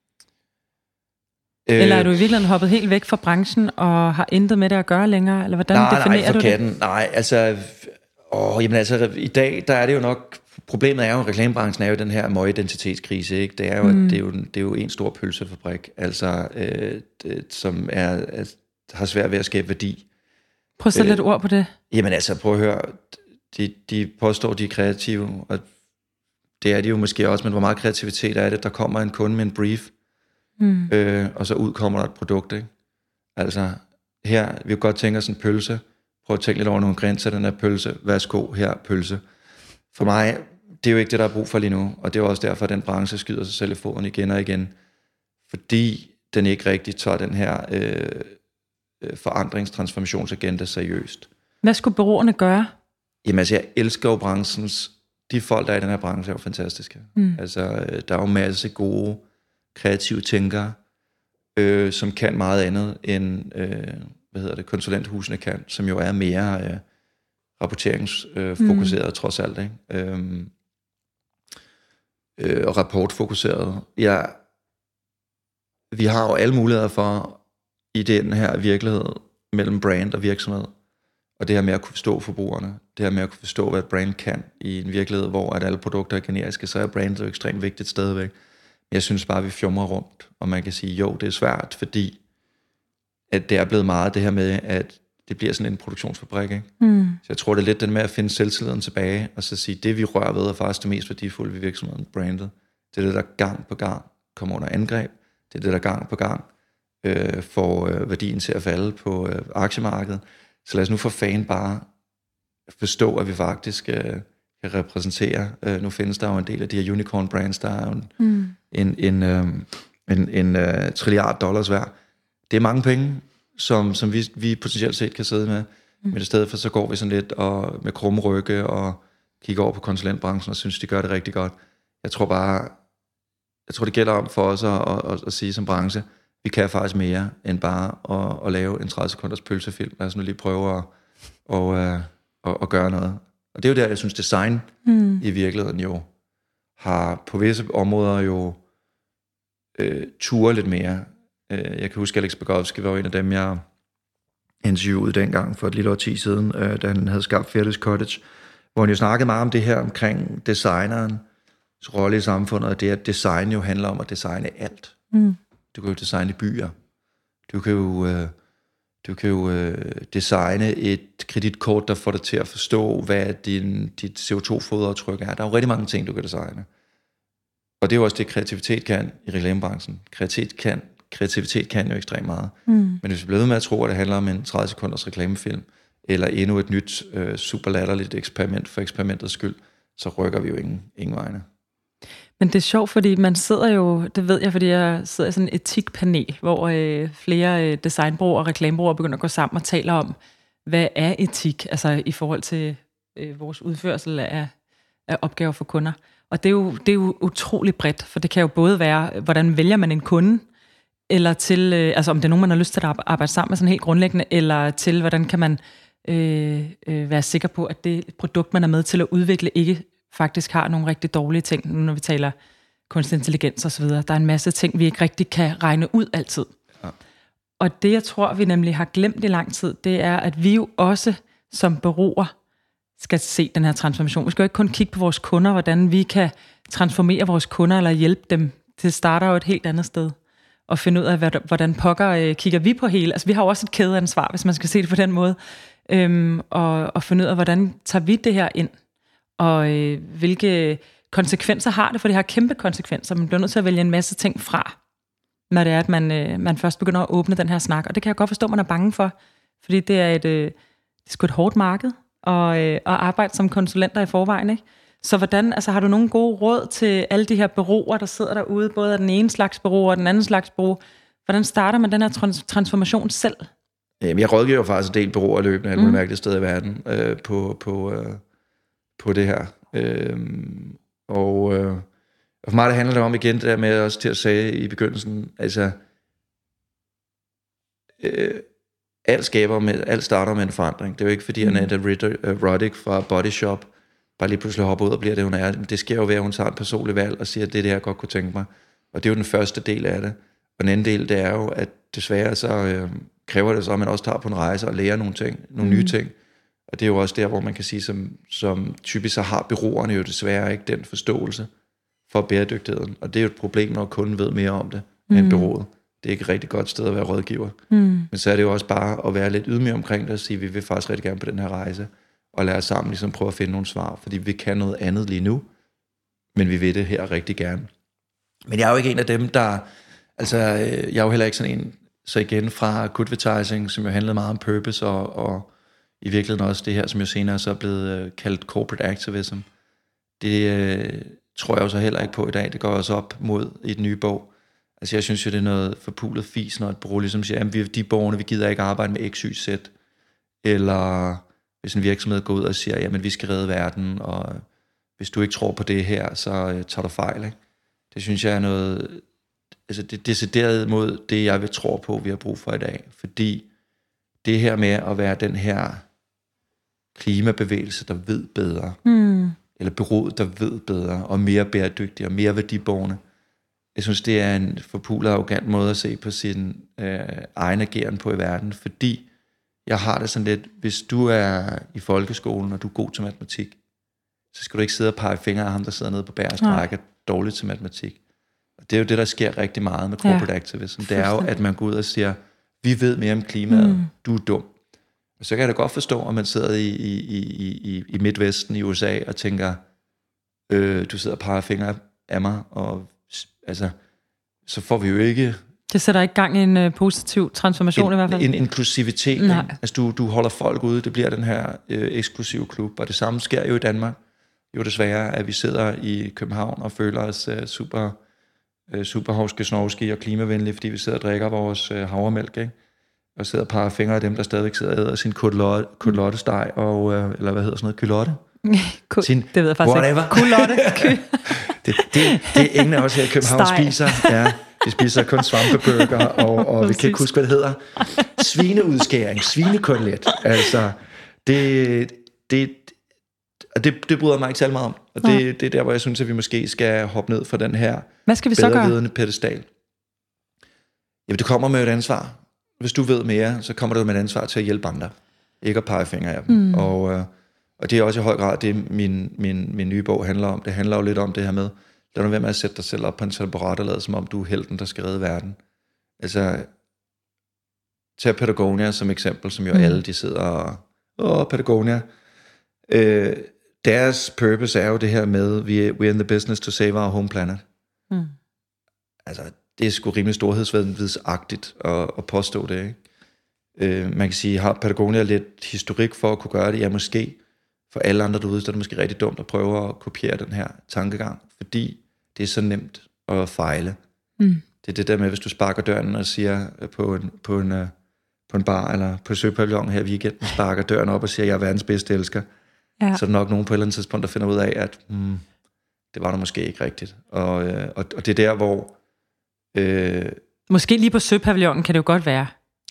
Øh, eller er du i virkeligheden hoppet helt væk fra branchen og har intet med det at gøre længere? Eller hvordan nej, definerer nej, for du katten. det? Nej, altså Åh, jamen altså, i dag, der er det jo nok, problemet er jo, at reklamebranchen er jo den her møg-identitetskrise, ikke? Det er jo, mm. at det er jo, det er jo en stor pølsefabrik, altså, øh, det, som er, er, har svært ved at skabe værdi. Prøv at sætte øh, lidt ord på det. Jamen altså, prøv at høre, de, de påstår, de er kreative, og det er de jo måske også, men hvor meget kreativitet er det? Der kommer en kunde med en brief, mm. øh, og så udkommer der et produkt, ikke? Altså, her, vi kan godt tænke os en pølse. Prøv at tænke lidt over nogle grænser, den her pølse. Værsgo, her pølse. For mig, det er jo ikke det, der er brug for lige nu, og det er også derfor, at den branche skyder sig selv i foden igen og igen, fordi den ikke rigtig tager den her øh, forandringstransformationsagenda seriøst. Hvad skulle bureauerne gøre? Jamen altså, jeg elsker jo branchens, de folk, der er i den her branche, er jo fantastiske. Mm. Altså, der er jo masse gode, kreative tænkere, øh, som kan meget andet end, øh, hvad hedder det, konsulenthusene kan, som jo er mere øh, rapporteringsfokuseret, mm. trods alt, ikke? Øhm, øh, og rapportfokuseret. Ja, vi har jo alle muligheder for, i den her virkelighed, mellem brand og virksomhed, og det her med at kunne forstå forbrugerne, det her med at kunne forstå, hvad et brand kan i en virkelighed, hvor at alle produkter er generiske, så er brandet jo ekstremt vigtigt stadigvæk. Men jeg synes bare, at vi fjumrer rundt, og man kan sige, jo, det er svært, fordi at det er blevet meget det her med, at det bliver sådan en produktionsfabrik, ikke? Mm. Så jeg tror, det er lidt den med at finde selvtilliden tilbage, og så sige, det vi rører ved, er faktisk det mest værdifulde ved virksomheden, brandet. Det er det, der gang på gang kommer under angreb. Det er det, der gang på gang øh, får øh, værdien til at falde på øh, aktiemarkedet. Så lad os nu for fan bare forstå, at vi faktisk øh, kan repræsentere. Øh, nu findes der jo en del af de her unicorn brands, der er jo en, mm. en, en, øh, en, en øh, trilliard dollars værd. Det er mange penge, som, som vi, vi potentielt set kan sidde med. Mm. Men i stedet for, så går vi sådan lidt og, med krumme rygge og kigger over på konsulentbranchen og synes, de gør det rigtig godt. Jeg tror bare, jeg tror det gælder om for os at, at, at, at sige som branche, vi kan faktisk mere end bare at, at lave en tredive sekunders pølsefilm. Lad os nu lige prøve at, at, at, at, at gøre noget. Og det er jo der, jeg synes, design mm. i virkeligheden jo har på visse områder jo øh, turet lidt mere. Jeg kan huske, Alex Bogowski var en af dem, jeg interviewede dengang for et lille årti siden, da han havde skabt Fearless Cottage, hvor han jo snakkede meget om det her omkring designerens rolle i samfundet, og det at design jo handler om at designe alt. Mm. Du kan jo designe byer. Du kan jo, du kan jo designe et kreditkort, der får dig til at forstå, hvad din, dit C O to fodaftryk er. Der er jo rigtig mange ting, du kan designe. Og det er jo også det, kreativitet kan i reklamebranchen. Kreativitet kan Kreativitet kan jo ekstremt meget. Mm. Men hvis vi bliver ved med at tro, at det handler om en tredive sekunders reklamefilm, eller endnu et nyt, øh, super latterligt eksperiment for eksperimentets skyld, så rykker vi jo ingen, ingen vegne. Men det er sjovt, fordi man sidder jo, det ved jeg, fordi jeg sidder i sådan en etikpanel, hvor øh, flere øh, designbureauer og reklamebureauer begynder at gå sammen og taler om, hvad er etik, altså i forhold til øh, vores udførsel af, af opgaver for kunder. Og det er, jo, det er jo utroligt bredt, for det kan jo både være, hvordan vælger man en kunde, eller til, øh, altså om det er nogen, man har lyst til at arbejde sammen med sådan helt grundlæggende, eller til, hvordan kan man øh, øh, være sikker på, at det produkt, man er med til at udvikle, ikke faktisk har nogle rigtig dårlige ting, nu når vi taler kunstig intelligens og så videre. Der er en masse ting, vi ikke rigtig kan regne ud altid. Ja. Og det, jeg tror, vi nemlig har glemt i lang tid, det er, at vi jo også som bureauer skal se den her transformation. Vi skal jo ikke kun kigge på vores kunder, hvordan vi kan transformere vores kunder eller hjælpe dem. Det starter jo et helt andet sted. Og finde ud af, hvordan pokker øh, kigger vi på hele. Altså, vi har jo også et kædeansvar, hvis man skal se det på den måde. Øhm, og, og finde ud af, hvordan tager vi det her ind? Og øh, hvilke konsekvenser har det? For det har kæmpe konsekvenser. Man bliver nødt til at vælge en masse ting fra, når det er, at man, øh, man først begynder at åbne den her snak. Og det kan jeg godt forstå, man er bange for. Fordi det er et, øh, det er sgu et hårdt marked og, øh, at arbejde som konsulenter i forvejen, ikke? Så hvordan, altså har du nogle gode råd til alle de her bureauer, der sidder derude, både af den ene slags bureau og den anden slags bureau? Hvordan starter man den her trans- transformation selv? Jamen, jeg rådgiver jo faktisk en del bureauer løbende alle mulige mærkelige steder i verden øh, på, på, øh, på det her. Øh, og, øh, og for mig det handler det om igen det der med også til at sige i begyndelsen, altså øh, alt skaber med, alt starter med en forandring. Det er jo ikke fordi, mm. Annette Roddick fra Body Shop bare lige pludselig hopper ud og bliver det, hun er. Det sker jo ved, at hun tager et personligt valg og siger, at det er det, jeg godt kunne tænke mig. Og det er jo den første del af det. Og den anden del, det er jo, at desværre så øh, kræver det så, at man også tager på en rejse og lærer nogle ting, nogle mm. nye ting. Og det er jo også der, hvor man kan sige, som, som typisk så har bureauerne jo desværre ikke den forståelse for bæredygtigheden. Og det er jo et problem, når kunden ved mere om det mm. end bureauet. Det er ikke et rigtig godt sted at være rådgiver. Mm. Men så er det jo også bare at være lidt ydmyg omkring det og sige, at vi vil faktisk rigtig gerne på den her rejse, og lade os sammen ligesom prøve at finde nogle svar, fordi vi kan noget andet lige nu, men vi vil det her rigtig gerne. Men jeg er jo ikke en af dem, der... Altså, jeg er jo heller ikke sådan en... Så igen fra Goodvertising, som jo handlede meget om purpose, og, og i virkeligheden også det her, som jo senere så er blevet kaldt corporate activism. Det øh, tror jeg jo så heller ikke på i dag. Det går også op mod i den nye bog. Altså, jeg synes jo, det er noget forpulet fis, når et bureau ligesom siger, at vi de borgerne, vi gider ikke arbejde med X, Y, Z. Eller hvis en virksomhed går ud og siger, jamen vi skal redde verden, og hvis du ikke tror på det her, så øh, tager du fejl, ikke? Det synes jeg er noget... Altså det er decideret mod det, jeg vil tro på, vi har brug for i dag. Fordi det her med at være den her klimabevægelse, der ved bedre, mm. eller bureauet, der ved bedre, og mere bæredygtig, og mere værdiborgende, jeg synes, det er en forpulet arrogant måde at se på sin øh, egen ageren på i verden, fordi jeg har det sådan lidt, hvis du er i folkeskolen, og du er god til matematik, så skal du ikke sidde og pege fingre af ham, der sidder nede på bagerste række, dårligt til matematik. Og det er jo det, der sker rigtig meget med corporate ja. activism. Det er jo, at man går ud og siger, vi ved mere om klimaet, mm. du er dum. Og så kan jeg da godt forstå, at man sidder i, i, i, i, i Midtvesten i U S A og tænker, øh, du sidder og peger fingre af mig, og altså, så får vi jo ikke... Det sætter ikke gang i en uh, positiv transformation en, i hvert fald. En inklusivitet. Altså, du, du holder folk ude, det bliver den her øh, eksklusive klub, og det samme sker jo i Danmark. Jo desværre, at vi sidder i København og føler os uh, super... super hovske, snovski og klimavenlige, fordi vi sidder og drikker vores øh, havremælk, ikke? Og sidder og peger fingre af dem, der stadigvæk sidder og æder sin kulottesteg, og, øh, eller hvad hedder sådan noget, kylotte? Sin, det ved jeg faktisk whatever. Ikke. Kulotte. det, det, det er ingen af os her i København Steg. spiser. Ja, vi spiser kun svampebøger, og, og vi kan ikke huske, hvad det hedder. Svineudskæring, svinekotelet. Altså, det... det Og det, det bryder mig ikke særlig meget om. Og det, ja. det er der, hvor jeg synes, at vi måske skal hoppe ned fra den her Hvad skal vi så bedrevidende pedestal. Jamen, det kommer med et ansvar. Hvis du ved mere, så kommer du med et ansvar til at hjælpe andre. Ikke at pege fingre af dem. Mm. Og, øh, og det er også i høj grad det, min, min, min nye bog handler om. Det handler jo lidt om det her med, lad nu være med at sætte dig selv op på en taburet og lade som om du er helten, der skal redde verden. Altså, tag Patagonia som eksempel, som jo mm. alle de sidder og... Åh, Patagonia... Øh, deres purpose er jo det her med, vi we're in the business to save our home planet. Mm. Altså, det er sgu rimelig storhedsvanvidsagtigt at, at påstå det, ikke? Øh, man kan sige, har Patagonia lidt historik for at kunne gøre det? Ja, måske. For alle andre derude, så er det måske rigtig dumt at prøve at kopiere den her tankegang, fordi det er så nemt at fejle. Mm. Det er det der med, hvis du sparker døren og siger på en, på en, på en bar, eller på Søpavillon her i weekenden, sparker døren op og siger, jeg er verdens bedste elsker. Ja. Så er der nok nogen på et eller andet tidspunkt, der finder ud af, at hmm, det var der måske ikke rigtigt. Og, øh, og, og det er der, hvor... Øh, måske lige på Søpavillonen kan det jo godt være.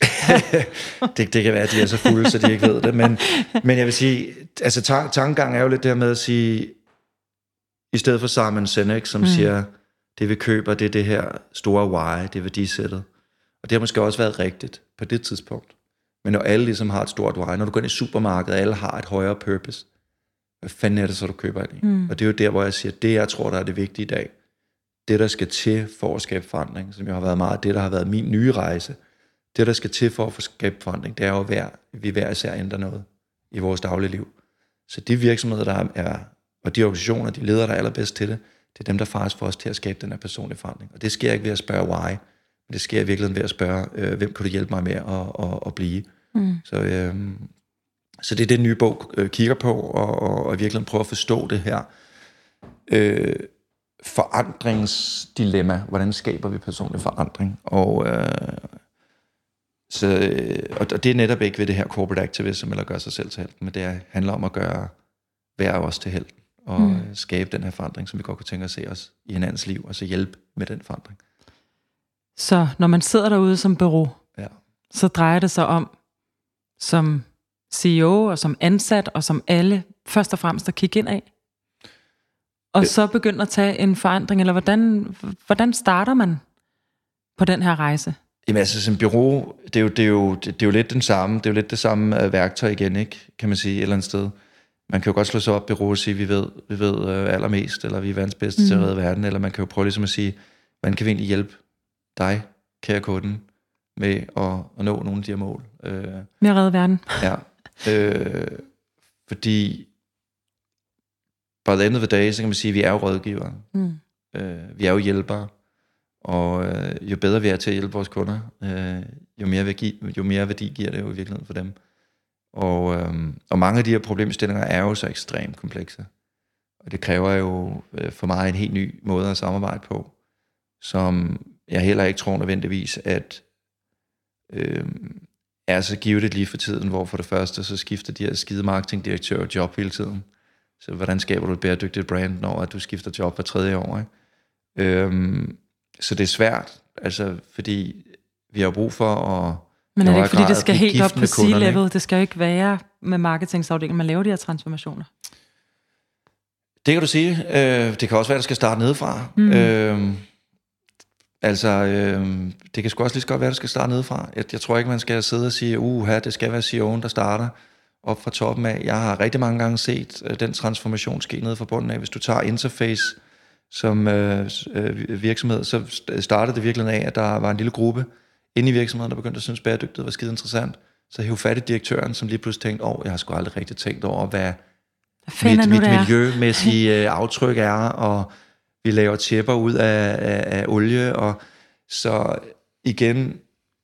det, det kan være, at de er så fulde, så de ikke ved det. Men, men jeg vil sige, altså tank, tankegang er jo lidt det her med at sige, i stedet for Simon Sinek, som mm. siger, det vi køber, det er det her store why, det er værdisættet. Og det har måske også været rigtigt på det tidspunkt. Men når alle ligesom har et stort why, når du går ind i supermarkedet, og alle har et højere purpose, hvad fanden er det så, du køber ind i? Mm. Og det er jo der, hvor jeg siger, det jeg tror, der er det vigtige i dag, det der skal til for at skabe forandring, som jo har været meget det, der har været min nye rejse, det der skal til for at skabe forandring, det er jo at være, vi hver især ændrer noget i vores daglige liv. Så de virksomheder, der er, og de organisationer, de ledere, der er allerbedst til det, det er dem, der faktisk får os til at skabe den her personlige forandring. Og det sker ikke ved at spørge why, men det sker i virkeligheden ved at spørge, øh, hvem kan du hjælpe mig med at, at, at blive? Mm. Så, øh, så det er det, nye bog øh, kigger på, og, og, og i virkeligheden prøver at forstå det her øh, forandringsdilemma. Hvordan skaber vi personlig forandring? Og, øh, så, og det er netop ikke ved det her corporate activism, eller gøre sig selv til helten, men det handler om at gøre hver af os til helten, og mm. skabe den her forandring, som vi godt kunne tænke os at se os i hinandens liv, og så hjælpe med den forandring. Så når man sidder derude som bureau, ja. så drejer det sig om, som C E O og som ansat og som alle, først og fremmest at kigge ind af, og så begynde at tage en forandring, eller hvordan, hvordan starter man på den her rejse? Jamen altså, som bureau, det er, jo, det, er jo, det, det er jo lidt den samme, det er jo lidt det samme uh, værktøj igen, ikke? Kan man sige, et eller andet sted. Man kan jo godt slå sig op bureau og sige, vi ved, vi ved uh, allermest, eller vi er verdens bedste mm. til at redde verden, eller man kan jo prøve ligesom at sige, hvordan kan vi egentlig hjælpe dig, kære kunden, med at, at nå nogle af de her mål. Uh, med at redde verden. Ja, uh, fordi by the end of the day, så kan man sige, at vi er jo rådgivere. Mm. Uh, vi er jo hjælpere. Og øh, jo bedre vi er til at hjælpe vores kunder, øh, jo, mere værdi, jo mere værdi giver det jo i virkeligheden for dem. Og, øh, og mange af de her problemstillinger er jo så ekstremt komplekse. Og det kræver jo øh, for mig en helt ny måde at samarbejde på, som jeg heller ikke tror nødvendigvis, at øh, er så givet lige for tiden, hvor for det første, så skifter de her skide marketingdirektører job hele tiden. Så hvordan skaber du et bæredygtigt brand, når at du skifter job hver tredje år, ikke? Øh, Så det er svært, altså, fordi vi har brug for at... Men er det ikke, fordi det skal helt op på C-level? Det skal jo ikke være med marketingsafdelingen, man laver de her transformationer. Det kan du sige. Øh, det kan også være, at det skal starte nedefra. Mm. Øh, altså, øh, det kan sgu også lige så godt være, at det skal starte nedefra. Jeg, jeg tror ikke, man skal sidde og sige, uha, det skal være C E O'en, der starter op fra toppen af. Jeg har rigtig mange gange set uh, den transformation ske nede fra bunden af. Hvis du tager Interface som øh, øh, virksomhed, så startede det virkelig af, at der var en lille gruppe inde i virksomheden, der begyndte at synes, bæredygtighed var skide interessant. Så hævde fat i direktøren, som lige pludselig tænkte, åh, oh, jeg har sgu aldrig rigtig tænkt over, hvad mit, mit miljømæssige aftryk er, og vi laver tæpper ud af, af, af olie, og så igen,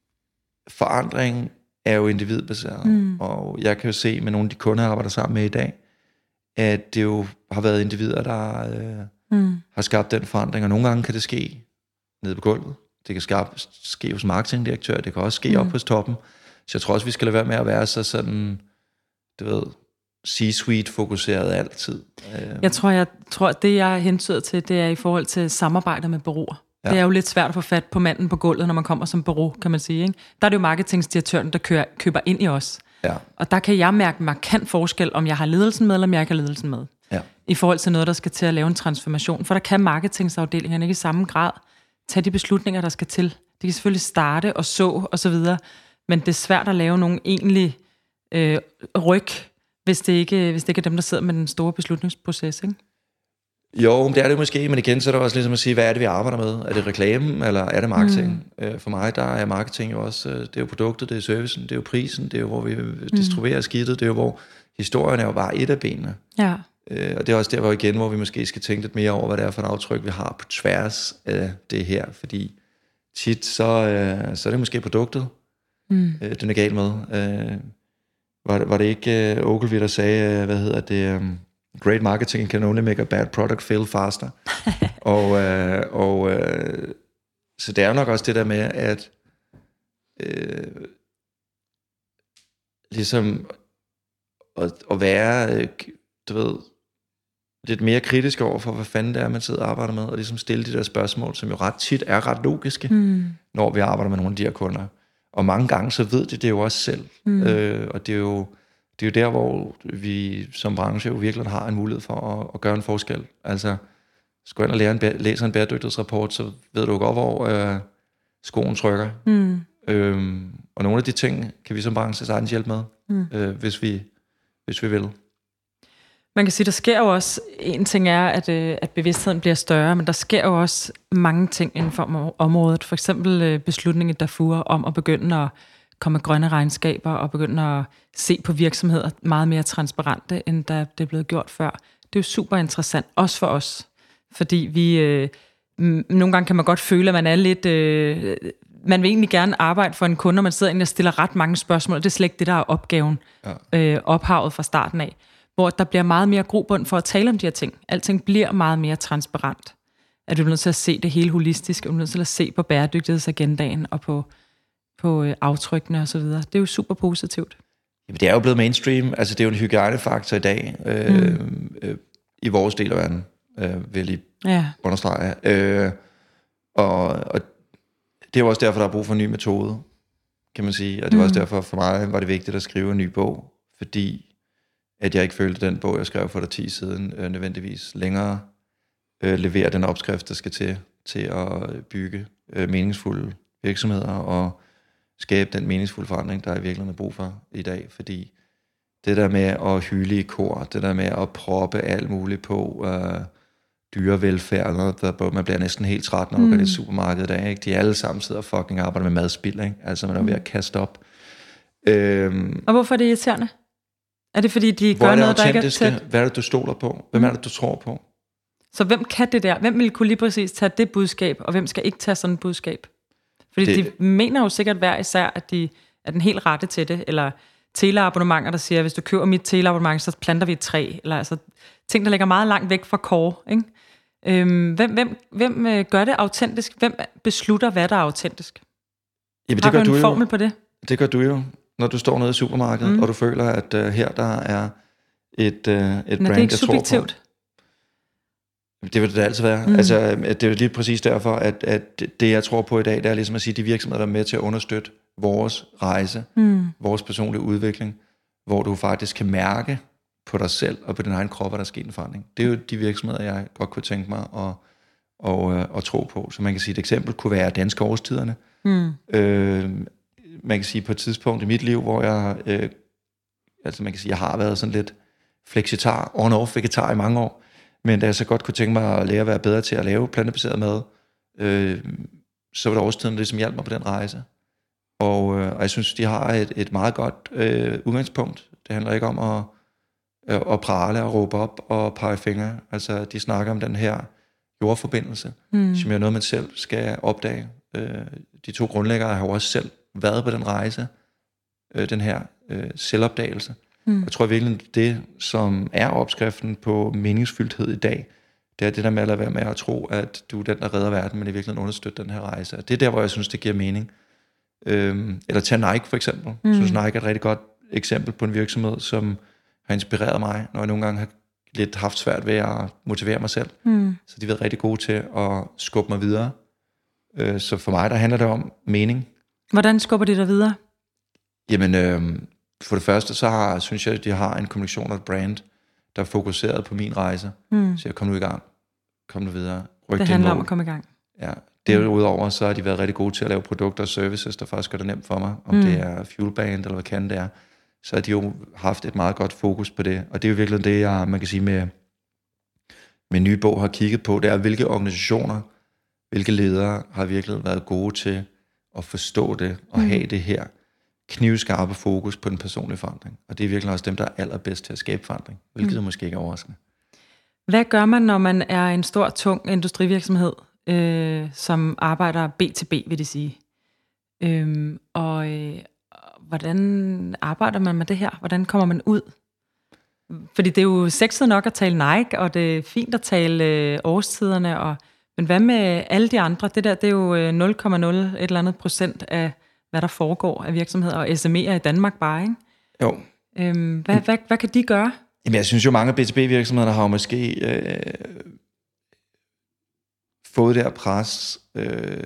forandring er jo individbaseret, mm. og jeg kan jo se med nogle af de kunder, jeg arbejder sammen med i dag, at det jo har været individer, der øh, mm. har skabt den forandring, og nogle gange kan det ske nede på gulvet. Det kan skabe, ske hos marketingdirektør, det kan også ske mm. op hos toppen. Så jeg tror også, vi skal lade være med at være så sådan, du ved, C-suite fokuseret altid. Jeg tror, jeg tror, det jeg hentyder til, det er i forhold til samarbejder med bureauer. Ja. Det er jo lidt svært at få fat på manden på gulvet, når man kommer som bureau, kan man sige, ikke? Der er det jo marketingdirektøren, der kører, køber ind i os. Ja. Og der kan jeg mærke markant forskel, om jeg har ledelsen med, eller om jeg ikke har ledelsen med. Ja. I forhold til noget, der skal til at lave en transformation. For der kan marketingsafdelingerne ikke i samme grad tage de beslutninger, der skal til. De kan selvfølgelig starte og så, og så videre. Men det er svært at lave nogen egentlig øh, ryg, hvis det, ikke, hvis det ikke er dem, der sidder med den store beslutningsproces, ikke? Jo, det er det måske, men igen så er det også ligesom at sige, hvad er det, vi arbejder med? Er det reklame, eller er det marketing? Mm. For mig, der er marketing jo også, det er jo produktet, det er servicen, det er jo prisen, det er jo, hvor vi distribuerer mm. skidtet, det er jo, hvor historien er jo bare et af benene. Ja. Og det er også der, hvor igen, hvor vi måske skal tænke lidt mere over, hvad det er for et aftryk, vi har på tværs af det her, fordi tit, så, så er det måske produktet, mm. den er galt med. Var, var det ikke Ogilvy, der sagde, hvad hedder det... Great marketing can only make a bad product fail faster. og øh, og øh, så det er jo nok også det der med, at øh, ligesom at, at være, øh, du ved, lidt mere kritisk over for, hvad fanden det er, man sidder og arbejder med, og ligesom stille de der spørgsmål, som jo ret tit er ret logiske, mm. når vi arbejder med nogle af de her kunder. Og mange gange, så ved de det jo også selv. Mm. Øh, og det er jo Det er jo der, hvor vi som branche jo virkelig har en mulighed for at, at gøre en forskel. Altså, skal du ind og lære en, læse en bæredygtighedsrapport, så ved du godt, hvor øh, skoen trykker. Mm. Øhm, og nogle af de ting kan vi som branche sagtens hjælpe med, mm. øh, hvis, vi, hvis vi vil. Man kan sige, der sker jo også, en ting er, at, at bevidstheden bliver større, men der sker jo også mange ting inden for området. For eksempel beslutningen i Darfur om at begynde at komme med grønne regnskaber og begynde at se på virksomheder meget mere transparente, end der det er blevet gjort før. Det er jo super interessant, også for os. Fordi vi, øh, nogle gange kan man godt føle, at man er lidt... Øh, man vil egentlig gerne arbejde for en kunde, og man sidder egentlig og stiller ret mange spørgsmål. Det er slet ikke det, der er opgaven, ja. øh, ophavet fra starten af. Hvor der bliver meget mere grobund for at tale om de her ting. Alting bliver meget mere transparent. At du er nødt til at se det hele holistisk, og du er nødt til at se på bæredygtighedsagendaen og på... på aftrykkene og så videre. Det er jo super positivt. Jamen, det er jo blevet mainstream. Altså, det er jo en hygiejnefaktor i dag øh, mm. øh, i vores del af verden, øh, vil jeg lige ja. understrege. Øh, og, og det er jo også derfor, der er brug for en ny metode, kan man sige. Og det var mm. også derfor, for mig var det vigtigt at skrive en ny bog, fordi at jeg ikke følte, at den bog, jeg skrev for der ti siden, øh, nødvendigvis længere øh, leverer den opskrift, der skal til, til at bygge øh, meningsfulde virksomheder og skabe den meningsfulde forandring, der er i virkeligheden brug for i dag, fordi det der med at hyle i kor, det der med at proppe alt muligt på, øh, dyrevelfærd, noget, der, man bliver næsten helt træt, når du mm. går i det supermarked i dag, ikke? De alle sammen sidder og fucking arbejder med madspild, ikke? Altså man er ved at kaste op. Øhm, og hvorfor er det irriterende? Er det fordi, de gør noget, der ikke er tæt? Hvad er det, du stoler på? Hvem er det, du tror på? Så hvem kan det der? Hvem vil kunne lige præcis tage det budskab, og hvem skal ikke tage sådan et budskab? Fordi det, de mener jo sikkert hver især, at de er den helt rette til det, eller teleabonnementer, der siger, hvis du køber mit teleabonnement, så planter vi et træ, eller altså ting, der ligger meget langt væk fra core, ikke? Øhm, hvem, hvem, hvem gør det autentisk? Hvem beslutter, hvad der er autentisk? Jamen, Har det gør du en du formel jo. på det? Det gør du jo, når du står nede i supermarkedet, mm. og du føler, at uh, her der er et, uh, et brand, det er ikke subjektivt. Det vil det altid være. Mm. Altså, det er jo lige præcis derfor, at, at det, jeg tror på i dag, det er ligesom at sige, de virksomheder, der er med til at understøtte vores rejse, mm. vores personlige udvikling, hvor du faktisk kan mærke på dig selv og på din egen krop, at der er sket en forandring. Det er jo de virksomheder, jeg godt kunne tænke mig at, at, at, at tro på. Så man kan sige, et eksempel kunne være danske årstiderne. Mm. Øh, man kan sige, på et tidspunkt i mit liv, hvor jeg, øh, altså man kan sige, jeg har været sådan lidt flexitar, on-off vegetar i mange år, men da jeg så godt kunne tænke mig at lære at være bedre til at lave plantebaseret mad, øh, så var det årstiden, det som hjalp mig på den rejse. Og, øh, og jeg synes, de har et, et meget godt øh, udgangspunkt. Det handler ikke om at, øh, at prale og råbe op og pege fingre. Altså, de snakker om den her jordforbindelse, mm. som er noget, man selv skal opdage. Øh, de to grundlæggere har jo også selv været på den rejse, øh, den her øh, selvopdagelse. Mm. Jeg tror virkelig, det, som er opskriften på meningsfyldthed i dag, det er det der med at lade være med at tro, at du er den, der redder verden, men i virkeligheden understøtter den her rejse. Det er der, hvor jeg synes, det giver mening. Øhm, eller tag Nike for eksempel. Mm. Jeg synes, Nike er et rigtig godt eksempel på en virksomhed, som har inspireret mig, når jeg nogle gange har lidt haft svært ved at motivere mig selv. Mm. Så de har været rigtig gode til at skubbe mig videre. Øh, så for mig, der handler det om mening. Hvordan skubber de dig videre? Jamen, øh, for det første, så har, synes jeg, at de har en kommunikation og et brand, der er fokuseret på min rejse. Mm. Så jeg kom nu i gang. Kom nu videre. Ryk det handler om at komme i gang. Ja. Derudover så har de været rigtig gode til at lave produkter og services, der faktisk gør det nemt for mig. Om mm. det er Fuelband eller hvad kan det er. Så har de jo haft et meget godt fokus på det. Og det er jo virkelig det, jeg, man kan sige, med, med nye bog har kigget på. Det er, hvilke organisationer, hvilke ledere har virkelig været gode til at forstå det og mm. have det her knivskarpe fokus på den personlige forandring. Og det er virkelig også dem, der er allerbedst til at skabe forandring, hvilket mm. måske ikke er overraskende. Hvad gør man, når man er en stor, tung industrivirksomhed, øh, som arbejder B til B, vil det sige? Øhm, og øh, hvordan arbejder man med det her? Hvordan kommer man ud? Fordi det er jo sexet nok at tale Nike, og det er fint at tale øh, årstiderne, og, men hvad med alle de andre? Det der, det er jo nul komma nul et eller andet procent af hvad der foregår af virksomheder og S M E'er i Danmark bare, ikke? Jo. Øhm, hvad, hvad, hvad kan de gøre? Jamen, jeg synes jo, mange af B to B-virksomhederne har jo måske øh, fået det her pres øh,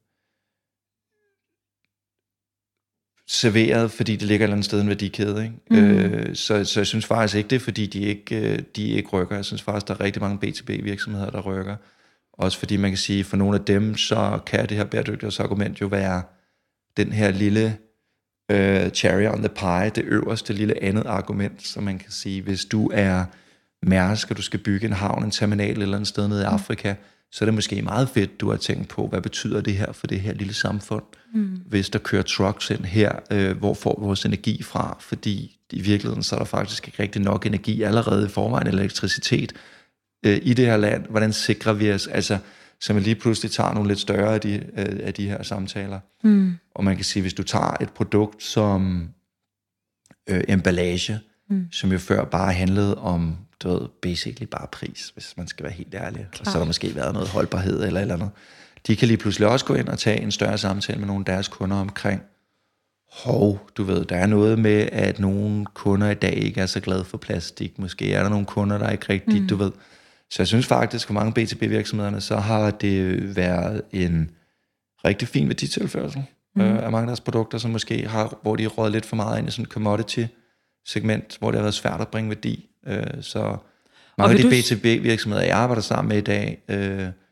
serveret, fordi det ligger et eller andet sted i en værdikæde, ikke? Mm. Øh, så, så jeg synes faktisk ikke, det er fordi, de ikke, de ikke rykker. Jeg synes faktisk, der er rigtig mange B to B-virksomheder, der rykker. Også fordi man kan sige, for nogle af dem, så kan det her bæredygtighedsargument jo være den her lille øh, cherry on the pie, det øverste lille andet argument, som man kan sige, hvis du er Mærsk, og du skal bygge en havn, en terminal et eller andet sted nede i Afrika, så er det måske meget fedt, du har tænkt på, hvad betyder det her for det her lille samfund, mm. hvis der kører trucks ind her, øh, hvor får vi vores energi fra, fordi i virkeligheden, så er der faktisk ikke rigtig nok energi allerede i forvejen, elektricitet øh, i det her land. Hvordan sikrer vi os, altså så man lige pludselig tager nogle lidt større af de, af de her samtaler. Mm. Og man kan sige, hvis du tager et produkt som øh, emballage, mm. som jo før bare handlede om, du ved, basically bare pris, hvis man skal være helt ærlig. Klar. Og så har der måske været noget holdbarhed eller eller andet. De kan lige pludselig også gå ind og tage en større samtale med nogle af deres kunder omkring, hov, du ved, der er noget med, at nogle kunder i dag ikke er så glade for plastik. Måske er der nogle kunder, der ikke rigtig, mm. du ved. Så jeg synes faktisk, for mange B to B-virksomhederne, så har det været en rigtig fin værditilførsel mm. øh, af mange af deres produkter, som måske har, hvor de er røget lidt for meget ind i sådan et commodity-segment, hvor det har været svært at bringe værdi. Øh, så mange af de du... B to B-virksomheder, jeg arbejder sammen med i dag, øh,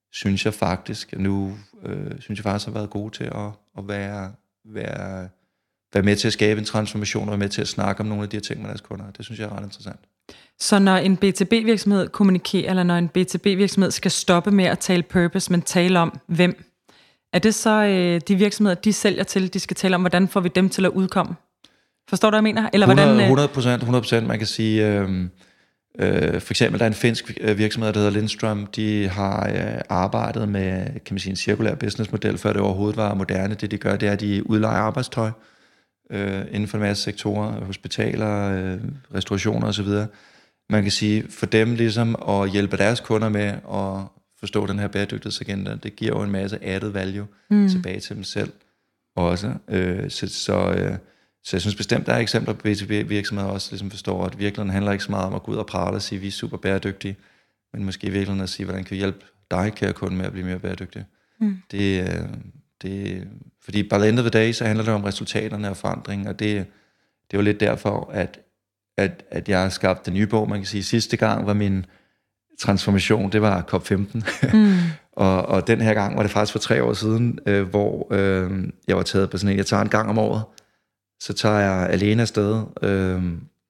synes jeg faktisk, nu øh, synes jeg faktisk har været gode til at, at være, være, være med til at skabe en transformation, og være med til at snakke om nogle af de her ting med deres kunder. Det synes jeg er ret interessant. Så når en B to B-virksomhed kommunikerer, eller når en B to B-virksomhed skal stoppe med at tale purpose, men tale om hvem, er det så øh, de virksomheder, de sælger til, de skal tale om, hvordan får vi dem til at udkomme? Forstår du, hvad jeg mener? Eller hundrede, hvordan, øh... hundrede procent, hundrede procent, man kan sige... Øh, øh, for eksempel, der er en finsk virksomhed, der hedder Lindstrøm. De har øh, arbejdet med, kan man sige, en cirkulær businessmodel, før det overhovedet var moderne. Det, de gør, det er, at de udlejer arbejdstøj øh, inden for en masse sektorer, hospitaler, øh, restaurationer osv. Man kan sige, for dem ligesom at hjælpe deres kunder med at forstå den her bæredygtighedsagenda, det giver jo en masse added value mm. tilbage til dem selv også. Øh, så, så, øh, så jeg synes bestemt, der er eksempler på B to B-virksomheder også, ligesom forstår, at virkeligheden handler ikke så meget om at gå ud og prale og sige, at vi er super bæredygtige, men måske i virkeligheden at sige, hvordan kan vi hjælpe dig, kære kunde, med at blive mere bæredygtig. Mm. Det, øh, det, fordi by the end of the day, så handler det om resultaterne og forandringen, og det, det var lidt derfor, at At, at jeg har skabt den nye bog. Man kan sige, sidste gang var min transformation, det var C O P femten. Mm. og, og den her gang var det faktisk for tre år siden, øh, hvor øh, jeg var taget på sådan en, jeg tager en gang om året, så tager jeg alene afsted øh,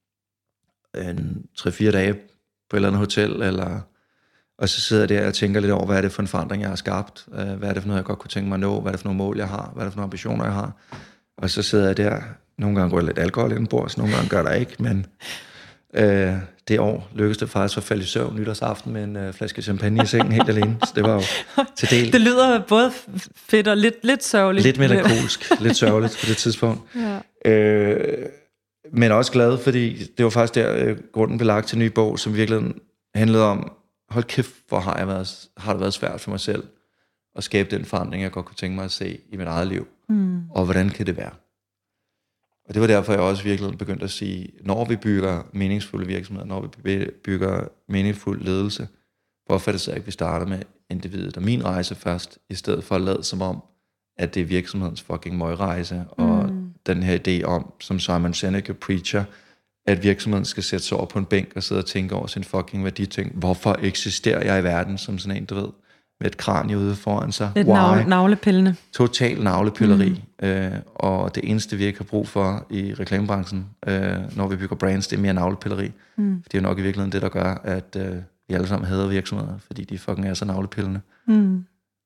en tre-fire dage på et eller andet hotel, eller, og så sidder jeg der og tænker lidt over, hvad er det for en forandring, jeg har skabt, øh, hvad er det for noget, jeg godt kunne tænke mig at nå, hvad er det for nogle mål, jeg har, hvad er det for nogle ambitioner, jeg har. Og så sidder jeg der. Nogle gange går jeg lidt alkohol ind bords, nogle gange gør der ikke, men øh, det år lykkedes det faktisk at falde i søvn nytårsaften med en øh, flaske champagne i sengen helt alene, så det var jo til del. Det lyder både fedt og lidt, lidt sørgeligt. Lidt melankolsk, lidt sørgeligt på det tidspunkt. Ja. Øh, men også glad, fordi det var faktisk der, øh, grunden blev lagt til en ny bog, som virkelig handlede om, hold kæft, hvor har, jeg været, har det været svært for mig selv at skabe den forandring, jeg godt kunne tænke mig at se i mit eget liv. Mm. Og hvordan kan det være? Og det var derfor, jeg også virkelig begyndte at sige, når vi bygger meningsfulde virksomheder, når vi bygger meningsfuld ledelse, hvorfor er det så ikke, vi starter med individet og min rejse først, i stedet for at lade som om, at det er virksomhedens fucking møgrejse, og mm. den her idé om, som Simon Sinek preacher, at virksomheden skal sætte sig over på en bænk og sidde og tænke over sin fucking værditing. Hvorfor eksisterer jeg i verden som sådan en, du ved, med et kranie ude foran sig? Et navle, navlepillende. Total navlepilleri. Mm. Øh, og det eneste, vi ikke har brug for i reklamebranchen, øh, når vi bygger brands, det er mere navlepilleri. Mm. Det er jo nok i virkeligheden det, der gør, at øh, vi alle sammen hader virksomheder, fordi de fucking er så navlepillende. Mm.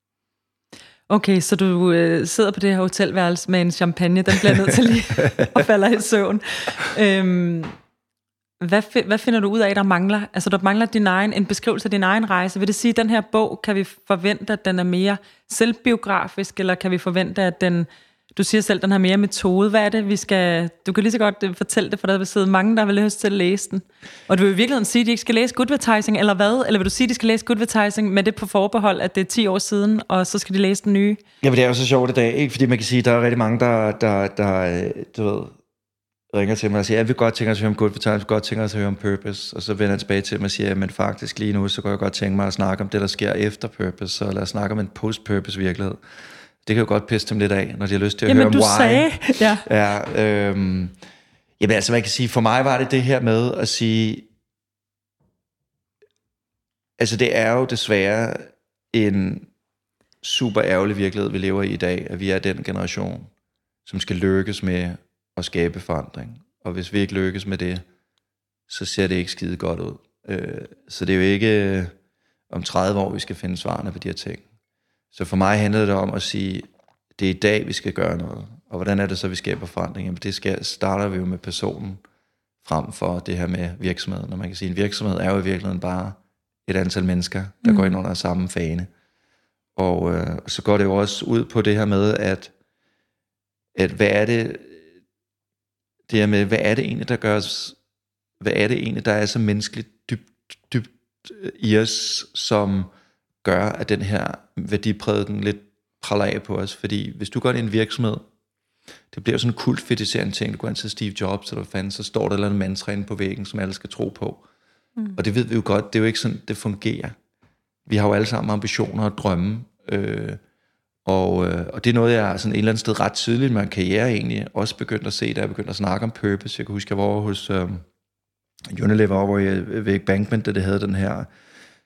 Okay, så du øh, sidder på det her hotelværelse med en champagne, den bliver nødt til lige at falde i søvn. Øhm, hvad, fi- hvad finder du ud af, der mangler? Altså, der mangler din egen, en beskrivelse af din egen rejse. Vil det sige, at den her bog, kan vi forvente, at den er mere selvbiografisk, eller kan vi forvente, at den, du siger selv, den har mere metode? Hvad er det, vi skal... Du kan lige så godt fortælle det, for der vil sidde mange, der vil lyst til at læse den. Og du vil i virkeligheden sige, at de ikke skal læse Goodvertising, eller hvad? Eller vil du sige, at de skal læse Goodvertising med det på forbehold, at det er ti år siden, og så skal de læse den nye? Ja, men det er jo så sjovt i dag, ikke? Fordi man kan sige, at der er rigtig mange, der, der, der du ved, ringer til mig og siger, jeg vil godt tænke os at høre om Goodvertising, jeg vil godt tænke os at høre om Purpose, og så vender jeg tilbage til mig og siger, men faktisk lige nu, så kan jeg godt tænke mig at snakke om det, der sker efter Purpose, så lad os snakke om en post-Purpose virkelighed. Det kan jo godt pisse dem lidt af, når de har lyst til at jamen, høre om why. Jamen, du sagde, ja. ja øhm, jamen, altså, man kan sige, for mig var det det her med at sige, altså, det er jo desværre en super ærgerlig virkelighed, vi lever i i dag, at vi er den generation, som skal lykkes med at skabe forandring. Og hvis vi ikke lykkes med det, så ser det ikke skide godt ud. Øh, så det er jo ikke øh, om tredive år, vi skal finde svarene på de her ting. Så for mig handlede det om at sige, det er i dag, vi skal gøre noget. Og hvordan er det så, vi skaber forandring? Jamen det skal, starter vi jo med personen, frem for det her med virksomheden. Og man kan sige, en virksomhed er jo i virkeligheden bare et antal mennesker, der mm. går ind under samme fane. Og øh, så går det jo også ud på det her med, at, at hvad er det, det her med, hvad er det egentlig, der gør os, hvad er det egentlig, der er så menneskeligt dybt, dybt i os, som gør, at den her værdiprædiken lidt praller af på os. Fordi hvis du går ind i en virksomhed, det bliver sådan en kultfetiserende ting, du går ind til Steve Jobs, eller hvad fanden, så står der et eller andet mantra inde på væggen, som alle skal tro på. Mm. Og det ved vi jo godt, det er jo ikke sådan, det fungerer. Vi har jo alle sammen ambitioner og drømme, øh, og, øh, og det er noget, jeg sådan et eller andet sted ret tidligt i min karriere egentlig også begyndt at se, da jeg begyndte at snakke om purpose. Jeg kan huske, jeg var over hos øh, Unilever over i, ved Bankman, da det havde den her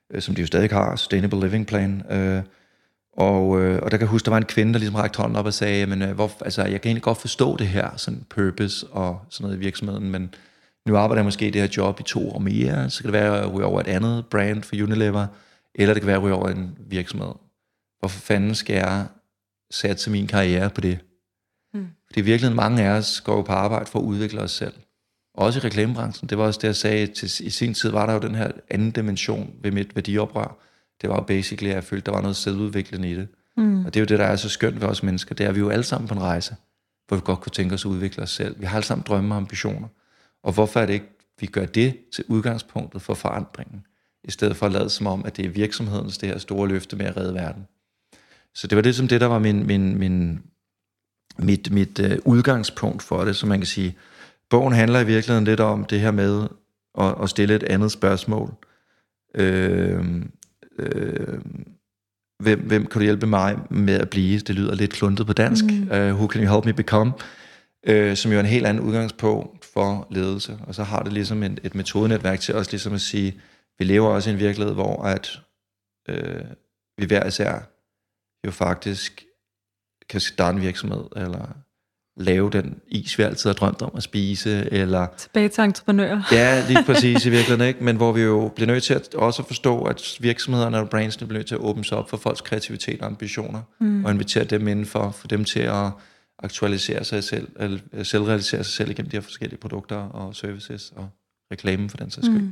øh, som de jo stadig har, Sustainable Living Plan. Øh, og, øh, og der kan jeg huske, der var en kvinde, der ligesom rakte hånden op og sagde, men, øh, hvor, altså, jeg kan egentlig godt forstå det her, sådan purpose og sådan noget i virksomheden, men nu arbejder jeg måske i det her job i to år mere, så kan det være, at jeg ryger over et andet brand for Unilever, eller det kan være, at jeg ryger over en virksomhed. Hvorfor fanden skal jeg satse min karriere på det? Mm. Fordi virkelig mange af os går jo på arbejde for at udvikle os selv. Også i reklamebranchen. Det var også det, jeg sagde. Til, I sin tid var der jo den her anden dimension ved mit værdioprør. Det var jo basically, at jeg følte, der var noget selvudviklende i det. Mm. Og det er jo det, der er så skønt ved os mennesker. Det er, vi jo alle sammen på en rejse, hvor vi godt kunne tænke os at udvikle os selv. Vi har alle sammen drømme og ambitioner. Og hvorfor er det ikke, vi gør det til udgangspunktet for forandringen, i stedet for at lade som om, at det er virksomhedens det her store løfte med at redde verden. Så det var det, som det, der var min, min, min, mit, mit uh, udgangspunkt for det, så man kan sige, bogen handler i virkeligheden lidt om det her med at, at stille et andet spørgsmål. Øh, øh, hvem, hvem kan du hjælpe mig med at blive? Det lyder lidt kluntet på dansk. Mm. Uh, who can you help me become? Uh, som jo er en helt anden udgangspunkt for ledelse. Og så har det ligesom et, et metodenetværk til os ligesom at sige, vi lever også i en virkelighed, hvor at, øh, vi hver især jo faktisk kan starte en virksomhed, eller lave den is, vi altid har drømt om at spise, eller... Tilbage til entreprenører. Ja, lige præcis i virkeligheden, ikke? Men hvor vi jo bliver nødt til at også forstå, at virksomhederne og brandsene bliver nødt til at åbne sig op for folks kreativitet og ambitioner, mm. og invitere dem indenfor, for dem til at aktualisere sig selv, eller selvrealisere sig selv igennem de her forskellige produkter og services og reklame for den sags skyld. Mm.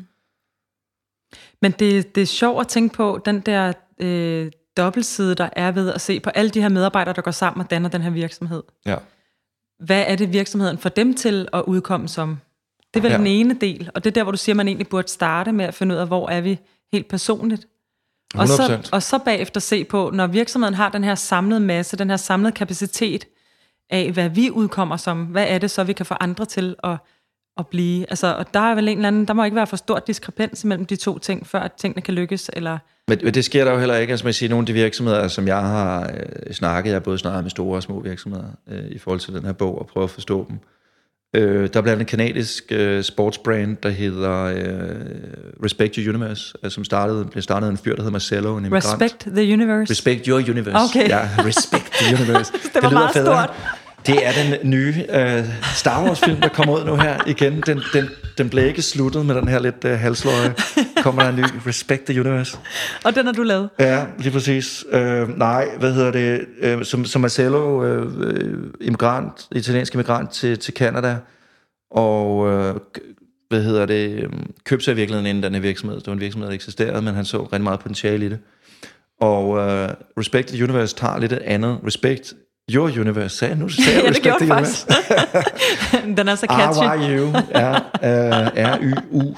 Men det, det er sjovt at tænke på, den der øh, dobbeltside, der er ved at se på alle de her medarbejdere, der går sammen og danner den her virksomhed. Ja. Hvad er det virksomheden får dem til at udkomme som? Det er vel ja. den ene del, og det er der, hvor du siger, man egentlig burde starte med at finde ud af, hvor er vi helt personligt. Og så, og så bagefter se på, når virksomheden har den her samlede masse, den her samlede kapacitet af, hvad vi udkommer som, hvad er det så, vi kan få andre til at at blive, altså, og der er vel en eller anden, der må ikke være for stor diskrepans mellem de to ting, før at tingene kan lykkes, eller... Men, men det sker der jo heller ikke, altså man siger, nogle af de virksomheder, som jeg har øh, snakket, jeg har både snakket med store og små virksomheder, øh, i forhold til den her bog, og prøve at forstå dem. Øh, der er blandt andet en kanadisk øh, sportsbrand, der hedder øh, Respect Your Universe, øh, som startede, blev startet af en fyr, der hedder Marcelo, en immigrant. Respect the Universe? Respect Your Universe. Okay. Ja, Respect the Universe. det, det var meget federe. Stort. Det er den nye uh, Star Wars-film, der kommer ud nu her igen. Den, den, den blev ikke sluttet med den her lidt uh, halsløje. Kommer der en ny Respect the Universe. Og den har du lavet? Ja, lige præcis. Uh, nej, hvad hedder det? Uh, som, som Marcelo, uh, immigrant, italiensk immigrant til, til Canada. Og uh, hvad hedder det? Købte sig i virkeligheden inden den her virksomhed. Det var en virksomhed, der eksisterede, men han så rigtig meget potentiale i det. Og uh, Respect the Universe tager lidt et andet. Respect Your Universe, sagde jeg nu, sagde jeg ja, Respect the Universe. Den er så catchy. R Y U, ja, uh, R Y U.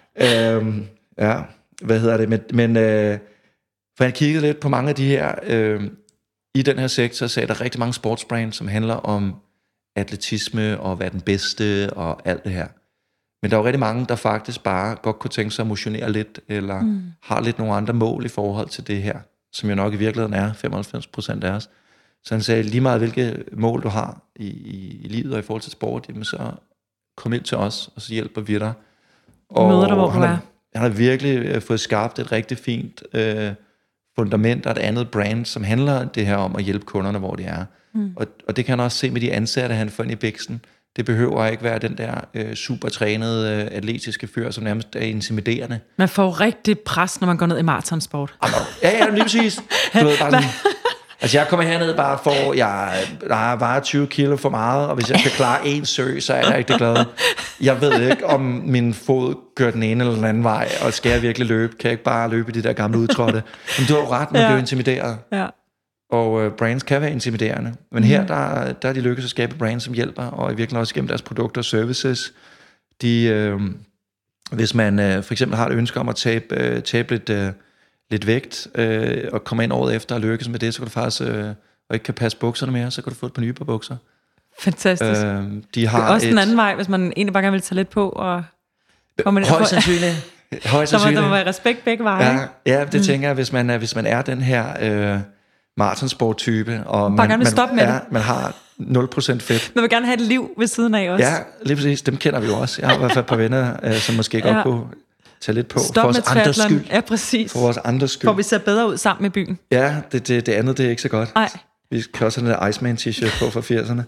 Um, ja, hvad hedder det? Men, men uh, for han kiggede lidt på mange af de her, uh, i den her sektor, så er der rigtig mange sportsbrands, som handler om atletisme og være den bedste og alt det her. Men der er jo rigtig mange, der faktisk bare godt kunne tænke sig at motionere lidt, eller mm. har lidt nogle andre mål i forhold til det her, som jo nok i virkeligheden er femoghalvfems procent af os. Så han sagde, lige meget hvilke mål du har i, i, i livet og i forhold til sport, jamen så kom ind til os, og så hjælper vi dig. Og møder dig, hvor du er. Han har virkelig fået skabt et rigtig fint øh, fundament og et andet brand, som handler det her om at hjælpe kunderne, hvor de er. Mm. Og, og det kan han også se med de ansatte, han får ind i biksen. Det behøver ikke være den der øh, super trænede, øh, atletiske fyr, som nærmest er intimiderende. Man får rigtig pres, når man går ned i maratonsport. Ja, ja, lige præcis. Du ved, bare sådan, altså jeg kommer herned bare for, jeg der vejer tyve kilo for meget, og hvis jeg kan klare en sø, så er jeg rigtig glad. Jeg ved ikke, om min fod gør den ene eller den anden vej, og skal jeg virkelig løbe? Kan jeg ikke bare løbe i de der gamle udtrådte? Men du har jo ret, man ja. bliver intimideret. Ja. Og uh, brands kan være intimiderende. Men her, der, der er de lykkes at skabe brands, som hjælper, og i virkeligheden også gennem deres produkter og services. De, øh, hvis man øh, for eksempel har et ønske om at tabe, øh, tabe lidt... Øh, lidt vægt, øh, og komme ind året efter og lykkes med det, så kan du faktisk, øh, og ikke kan passe bukserne mere, så kan du få et par nye par bukser. Fantastisk. Øh, de har det er også et, en anden vej, hvis man egentlig bare gerne vil tage lidt på, og komme ind. Højst sandsynligt. Højst sandsynligt. Så må der være respekt begge veje. Ja, ja det mm. tænker jeg, hvis man er, hvis man er den her øh, maratonsport-type, og man, man, man, med er, man har nul procent fedt. Man vil gerne have et liv ved siden af også. Ja, lige præcis. Dem kender vi jo også. Jeg har i hvert fald et par venner, øh, som måske ja. godt kunne tage lidt på. Stop for med vores andres triathlon. skyld. Ja, præcis. For vores andres skyld. For vi ser bedre ud sammen i byen. Ja, det, det, det andet, det er ikke så godt. Nej. Vi kan også have den der Iceman t-shirt på fra firserne.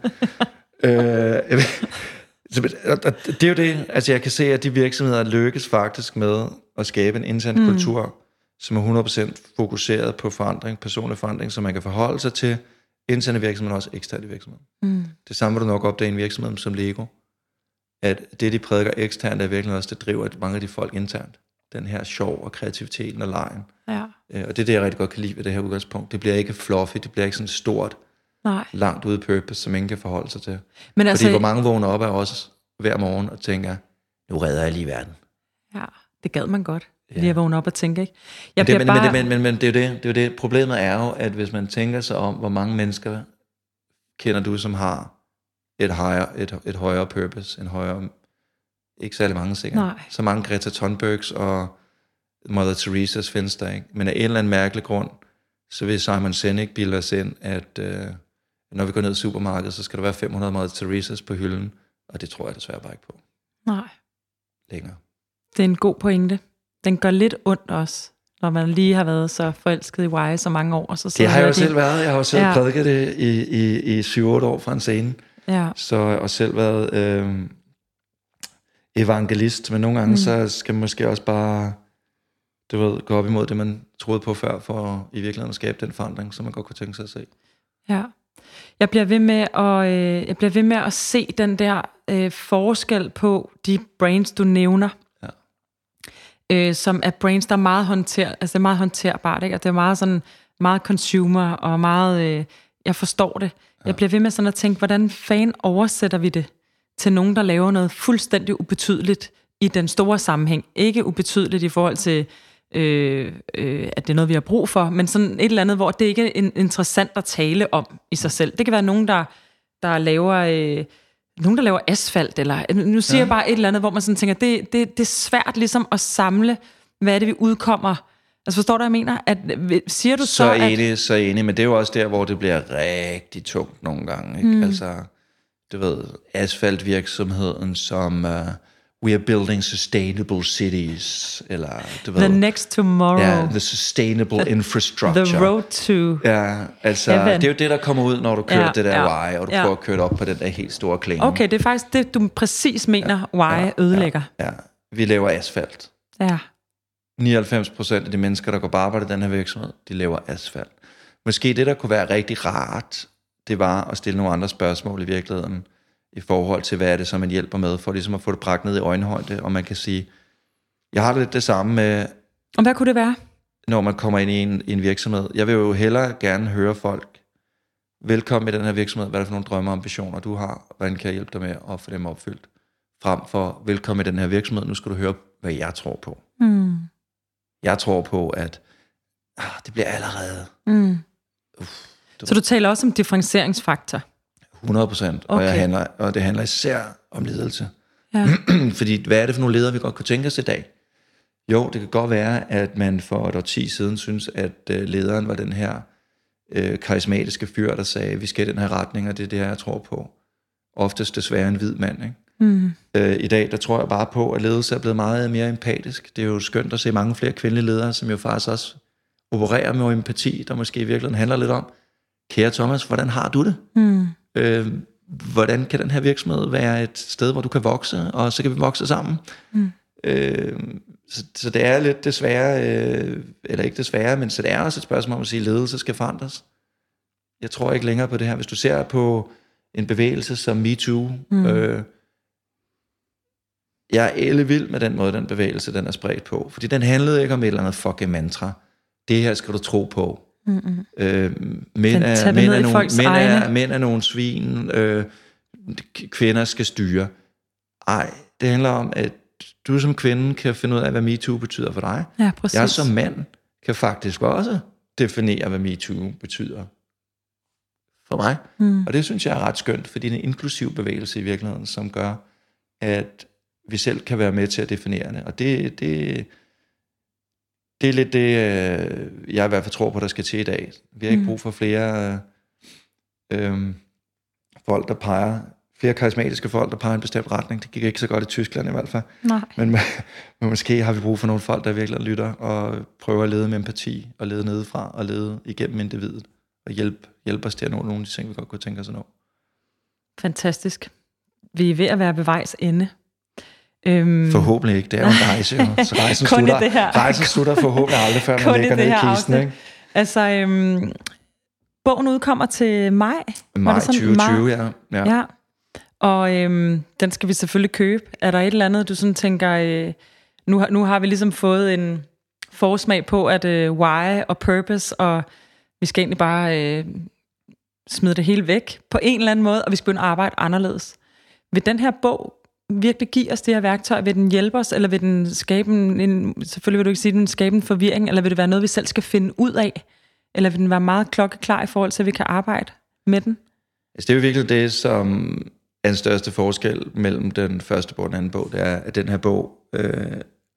øh, det er jo det, altså jeg kan se, at de virksomheder lykkes faktisk med at skabe en intern mm. kultur, som er hundrede procent fokuseret på forandring, personlig forandring, som man kan forholde sig til interne virksomheder, og også eksterne virksomheder. Mm. Det samme vil du nok opdage i en virksomhed som Lego, at det, de prædiker eksternt, er virkelig også, det driver mange af de folk internt. Den her sjov og kreativiteten og lejen. Ja. Øh, og det er det, jeg rigtig godt kan lide ved det her udgangspunkt. Det bliver ikke fluffy, det bliver ikke sådan stort, Nej. langt ude purpose, som ingen kan forholde sig til. Men altså, fordi hvor mange vågner op af os hver morgen og tænker, nu redder jeg lige verden. Ja, det gad man godt, ja. lige at vågne op og tænke, ikke? Jeg men, det, men, bare... men, men, men, men det er jo det, det er jo det. Problemet er jo, at hvis man tænker sig om, hvor mange mennesker kender du, som har et højere, et, et højere purpose, en højere, ikke særlig mange sikkert. Nej. Så mange Greta Thunbergs og Mother Teresa's findes der ikke. Men af en eller anden mærkelig grund, så vil Simon Sinek bilde os ind, at øh, når vi går ned i supermarkedet, så skal der være fem hundrede Mother Teresa's på hylden, og det tror jeg desværre bare ikke på. Nej. Længere. Det er en god pointe. Den gør lidt ondt også, når man lige har været så forelsket i Y så mange år. Så det har jeg jo selv været. Jeg har jo selv ja. prædiket det i, i, i syv otte år fra en scene. Ja. Så og selv været øh, evangelist, men nogle gange mm. så skal man måske også bare, du ved, gå op imod det, man troede på før, for i virkeligheden at skabe den forandring, som man godt kunne tænke sig at se. Ja. Jeg bliver ved med at, øh, jeg bliver ved med at se den der øh, forskel på de brains, du nævner, ja. øh, som er brains, der er meget håndter, altså det er meget håndterbart, ikke? Og det er meget sådan, meget consumer, og meget, øh, jeg forstår det. Ja. Jeg bliver ved med sådan at tænke, hvordan fanden oversætter vi det til nogen, der laver noget fuldstændig ubetydeligt i den store sammenhæng. Ikke ubetydeligt i forhold til, øh, øh, at det er noget, vi har brug for, men sådan et eller andet, hvor det ikke er interessant at tale om i sig selv. Det kan være nogen, der, der laver... Øh, nogen, der laver asfalt, eller nu siger ja. jeg bare et eller andet, hvor man sådan tænker, det, det, det er svært ligesom at samle, hvad er det, vi udkommer. Altså forstår du, hvad jeg mener? At, siger du så, så enig, at... så enig, men det er jo også der, hvor det bliver rigtig tungt nogle gange, ikke? Mm. Altså, du ved, asfaltvirksomheden som... Uh, we are building sustainable cities, eller du ved... The next tomorrow. Ja, yeah, the sustainable the, infrastructure. The road to Ja, altså, heaven. det er jo det, der kommer ud, når du kører ja, det der ja, Y, og du ja. prøver at køre det op på den der helt store klinge. Okay, det er faktisk det, du præcis mener, ja, Y ja, ødelægger. Ja, ja, vi laver asfalt. Ja. nioghalvfems procent af de mennesker, der går på arbejde i den her virksomhed, de laver asfalt. Måske det, der kunne være rigtig rart, det var at stille nogle andre spørgsmål i virkeligheden, i forhold til, hvad er det, som man hjælper med, for ligesom at få det bragt ned i øjenhøjde, og man kan sige, jeg har lidt det samme med... Og hvad kunne det være? Når man kommer ind i en, i en virksomhed. Jeg vil jo hellere gerne høre folk, velkommen i den her virksomhed, hvad er det for nogle drømme og ambitioner, du har, hvordan kan jeg hjælpe dig med at få dem opfyldt, frem for, velkommen i den her virksomhed, nu skal du høre, hvad jeg tror på. Mm. Jeg tror på, at ah, det bliver allerede... Mm. Uf, du Så du taler også om differentieringsfaktor? hundrede procent, okay. og, jeg handler, og det handler især om ledelse. Ja. Fordi hvad er det for nogle ledere, vi godt kunne tænke os i dag? Jo, det kan godt være, at man for et årti siden synes, at øh, lederen var den her øh, karismatiske fyr, der sagde, vi skal i den her retning, og det er det, jeg tror på. Oftest desværre en hvid mand, ikke? Mm. Øh, I dag, der tror jeg bare på, at ledelse er blevet meget mere empatisk. Det er jo skønt at se mange flere kvindelige ledere, som jo faktisk også opererer med empati, der måske i virkeligheden handler lidt om, kære Thomas, hvordan har du det? Mm. Øh, hvordan kan den her virksomhed være et sted, hvor du kan vokse, og så kan vi vokse sammen? Mm. Øh, så, så det er lidt desværre, øh, eller ikke desværre, men så det er også et spørgsmål om at sige, at ledelse skal forandres. Jeg tror ikke længere på det her. Hvis du ser på en bevægelse som MeToo, mm. øh, jeg er ellevild med den måde, den bevægelse den er spredt på, fordi den handlede ikke om et eller andet fucking mantra. Det her skal du tro på. Mm-hmm. Øh, mænd, er, mænd, er nogle, mænd, er, mænd er nogle svin, øh, kvinder skal styre. Ej, det handler om, at du som kvinde kan finde ud af, hvad MeToo betyder for dig. Ja, præcis. Jeg som mand kan faktisk også definere, hvad MeToo betyder for mig. Mm. Og det synes jeg er ret skønt, fordi det er en inklusiv bevægelse i virkeligheden, som gør, at vi selv kan være med til at definere det. Og det, det Det er lidt det, jeg i hvert fald tror på, der skal til i dag. Vi har ikke brug for flere øh, øh, folk, der peger flere karismatiske folk, der peger en bestemt retning. Det gik ikke så godt i Tyskland i hvert fald. Nej. Men, men måske har vi brug for nogle folk, der virkelig lytter og prøver at lede med empati, og lede nedefra, og lede igennem individet, og hjælpe, hjælpe os til at nå nogle af de ting, vi godt kunne tænke os at nå. Fantastisk. Vi er ved at være ved vejs ende. Øhm... Forhåbentlig ikke. Det er jo en rejse, jo. Så rejsen slutter, rejsen slutter forhåbentlig aldrig, før man ligger ned i kisten. Ikke? Altså, øhm... bogen udkommer til maj. Maj tyve tyve, ja. ja. ja. Og øhm, den skal vi selvfølgelig købe. Er der et eller andet, du sådan tænker, øh, nu, har, nu har vi ligesom fået en forsmag på, at øh, why og purpose, og vi skal egentlig bare øh, smide det hele væk på en eller anden måde, og vi skal begynde at arbejde anderledes. Vil den her bog virkelig give os det her værktøj? Vil den hjælpe os, eller vil den skabe en, en selvfølgelig vil du ikke sige, den skabe en forvirring, eller vil det være noget, vi selv skal finde ud af? Eller vil den være meget klokkeklar i forhold til, at vi kan arbejde med den? Altså, det er jo virkelig det, som er den største forskel mellem den første bog og den anden bog. Det er, at den her bog øh,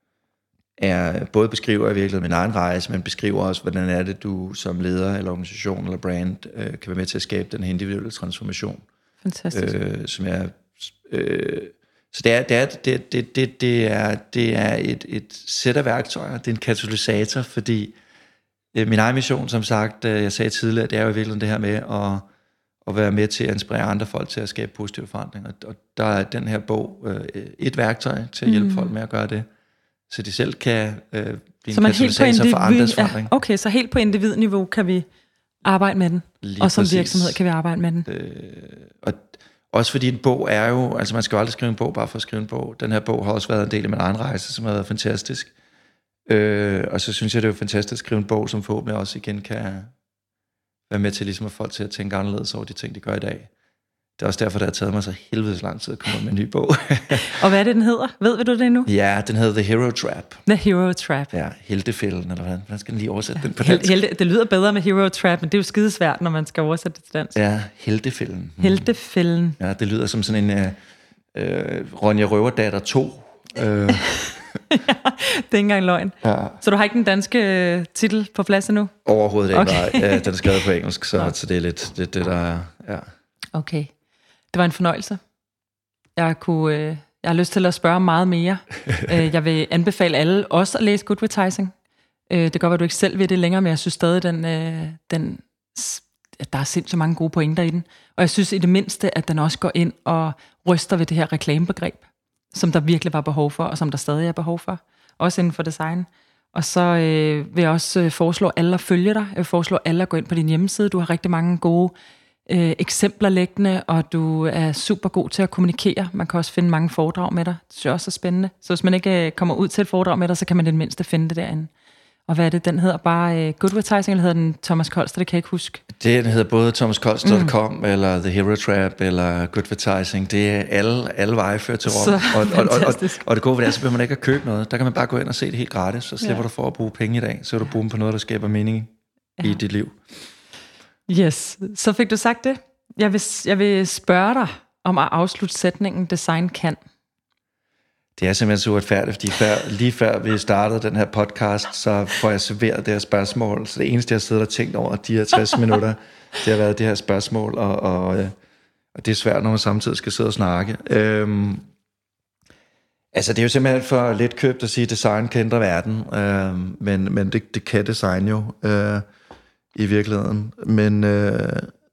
er både beskriver i virkeligheden min egen rejse, men beskriver også, hvordan er det, du som leder eller organisation eller brand øh, kan være med til at skabe den individuelle transformation. Fantastisk. Øh, som er, øh, så det er, det er, det, det, det, det er, det er et, et sæt af værktøjer. Det er en katalysator, fordi min egen mission, som sagt, jeg sagde tidligere, det er jo i virkeligheden det her med at, at være med til at inspirere andre folk til at skabe positive forandringer. Og der er den her bog et værktøj til at hjælpe mm. folk med at gøre det, så de selv kan øh, blive så en katalysator for andres forandring. Ja, okay, så helt på individniveau kan vi arbejde med den, lige og som præcis. Virksomhed kan vi arbejde med den. Øh, og også fordi en bog er jo, altså man skal jo aldrig skrive en bog bare for at skrive en bog. Den her bog har også været en del af min egen rejse, som har været fantastisk. Øh, og så synes jeg, det er jo fantastisk at skrive en bog, som forhåbentlig også igen kan være med til ligesom at folk til at tænke anderledes over de ting, de gør i dag. Det er også derfor, det har taget mig så helvedes lang tid at komme ud med en ny bog. Og hvad er det, den hedder? Ved du det nu? Ja, den hedder The Hero Trap. The Hero Trap. Ja, heltefælden, eller hvordan? Hvordan skal den lige oversætte den på dansk? Helte, det lyder bedre med Hero Trap, men det er jo skidesvært, når man skal oversætte det til dansk. Ja, heltefælden. Hmm. Heltefælden. Ja, det lyder som sådan en uh, uh, Ronja Røverdatter to. Uh, ja, det er ikke engang løgn. Ja. Så du har ikke den danske uh, titel på plads endnu? Overhovedet ikke, okay. Nej. Ja, den er skrevet på engelsk, så, så det er lidt det, det der er. Ja. Okay. Det var en fornøjelse. Jeg, kunne, øh, jeg har lyst til at spørge meget mere. øh, jeg vil anbefale alle også at læse Goodvertising. Øh, det kan godt være, du ikke selv ved det længere, men jeg synes stadig, den, øh, den, der er sindssygt mange gode pointer i den. Og jeg synes i det mindste, at den også går ind og ryster ved det her reklamebegreb, som der virkelig var behov for, og som der stadig er behov for. Også inden for design. Og så øh, vil jeg også øh, foreslå alle at følge dig. Jeg vil foreslå alle at gå ind på din hjemmeside. Du har rigtig mange gode Øh, eksempler liggende, og du er super god til at kommunikere. Man kan også finde mange foredrag med dig. Det synes jeg også er spændende. Så hvis man ikke øh, kommer ud til et foredrag med dig, så kan man i det mindste finde det derinde. Og hvad er det? Den hedder bare øh, Goodvertising, eller hedder den Thomas Kolster? Det kan jeg ikke huske. Den hedder både thomas kolster punktum com, mm. eller The Hero Trap, eller Goodvertising. Det er alle, alle veje fører til Rom. Så og, og, og, og, og det gode ved det er, så behøver man ikke at købe noget. Der kan man bare gå ind og se det helt gratis, så slipper ja. du for at bruge penge i dag. Så vil du bruge dem på noget, der skaber mening ja. i dit liv. Yes, så fik du sagt det. Jeg vil, jeg vil spørge dig om at afslutte sætningen design kan. Det er simpelthen så uretfærdigt, fordi før, lige før vi startede den her podcast, så får jeg serveret det her spørgsmål. Så det eneste, jeg har siddet og tænkt over de her tres minutter, det har været det her spørgsmål, og, og, og det er svært, når man samtidig skal sidde og snakke. Øhm, altså, det er jo simpelthen for lidt købt at sige, at design kan ændre verden, øhm, men, men det, det kan design jo øh, i virkeligheden. Men øh,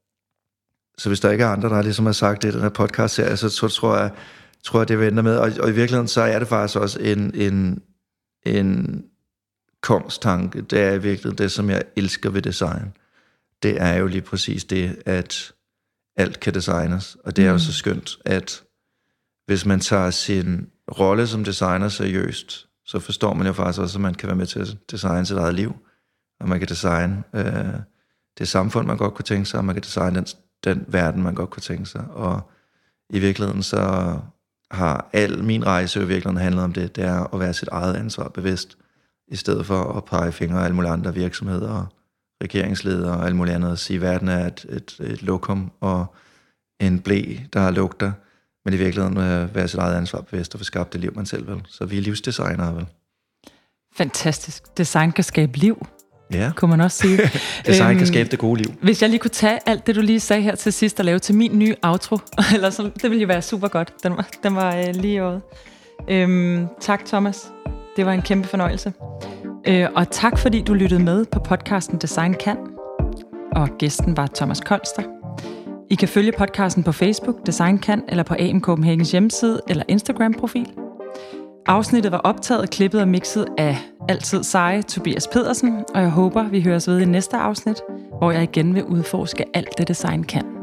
så hvis der ikke er andre, der ligesom har sagt det i den her podcast-serie, så, så tror jeg, tror jeg, det vil ende med. Og, og i virkeligheden, så er det faktisk også en, en, en kongstanke. Det er i virkeligheden det, som jeg elsker ved design. Det er jo lige præcis det, at alt kan designes. Og det er jo så skønt, at hvis man tager sin rolle som designer seriøst, så forstår man jo faktisk også, at man kan være med til at designe sit eget liv. Og man kan designe øh, det samfund, man godt kunne tænke sig, og man kan designe den, den verden, man godt kunne tænke sig. Og i virkeligheden så har al min rejse i virkeligheden handlet om det, det er at være sit eget ansvar bevidst, i stedet for at pege fingre af alle mulige andre virksomheder og regeringsledere og alt muligt andet, og sige, at verden er et, et, et lokum og en blæ, der lugter, men i virkeligheden at være sit eget ansvar bevidst og få skabt det liv, man selv vil. Så vi er livsdesignere, vel? Fantastisk. Design kan skabe liv. Ja. kunne man også sige. Design kan skabe det gode liv. Hvis jeg lige kunne tage alt det, du lige sagde her til sidst, og lave til min nye outro, eller så, det ville jo være super godt. Den var, den var øh, lige i året. Øhm, tak, Thomas. Det var en kæmpe fornøjelse. Øh, og tak, fordi du lyttede med på podcasten Design Kan. Og gæsten var Thomas Kolster. I kan følge podcasten på Facebook, Design Kan, eller på A M Copenhagens hjemmeside eller Instagram-profil. Afsnittet var optaget, klippet og mixet af altid seje Tobias Pedersen, og jeg håber, vi høres ved i næste afsnit, hvor jeg igen vil udforske alt det, design kan.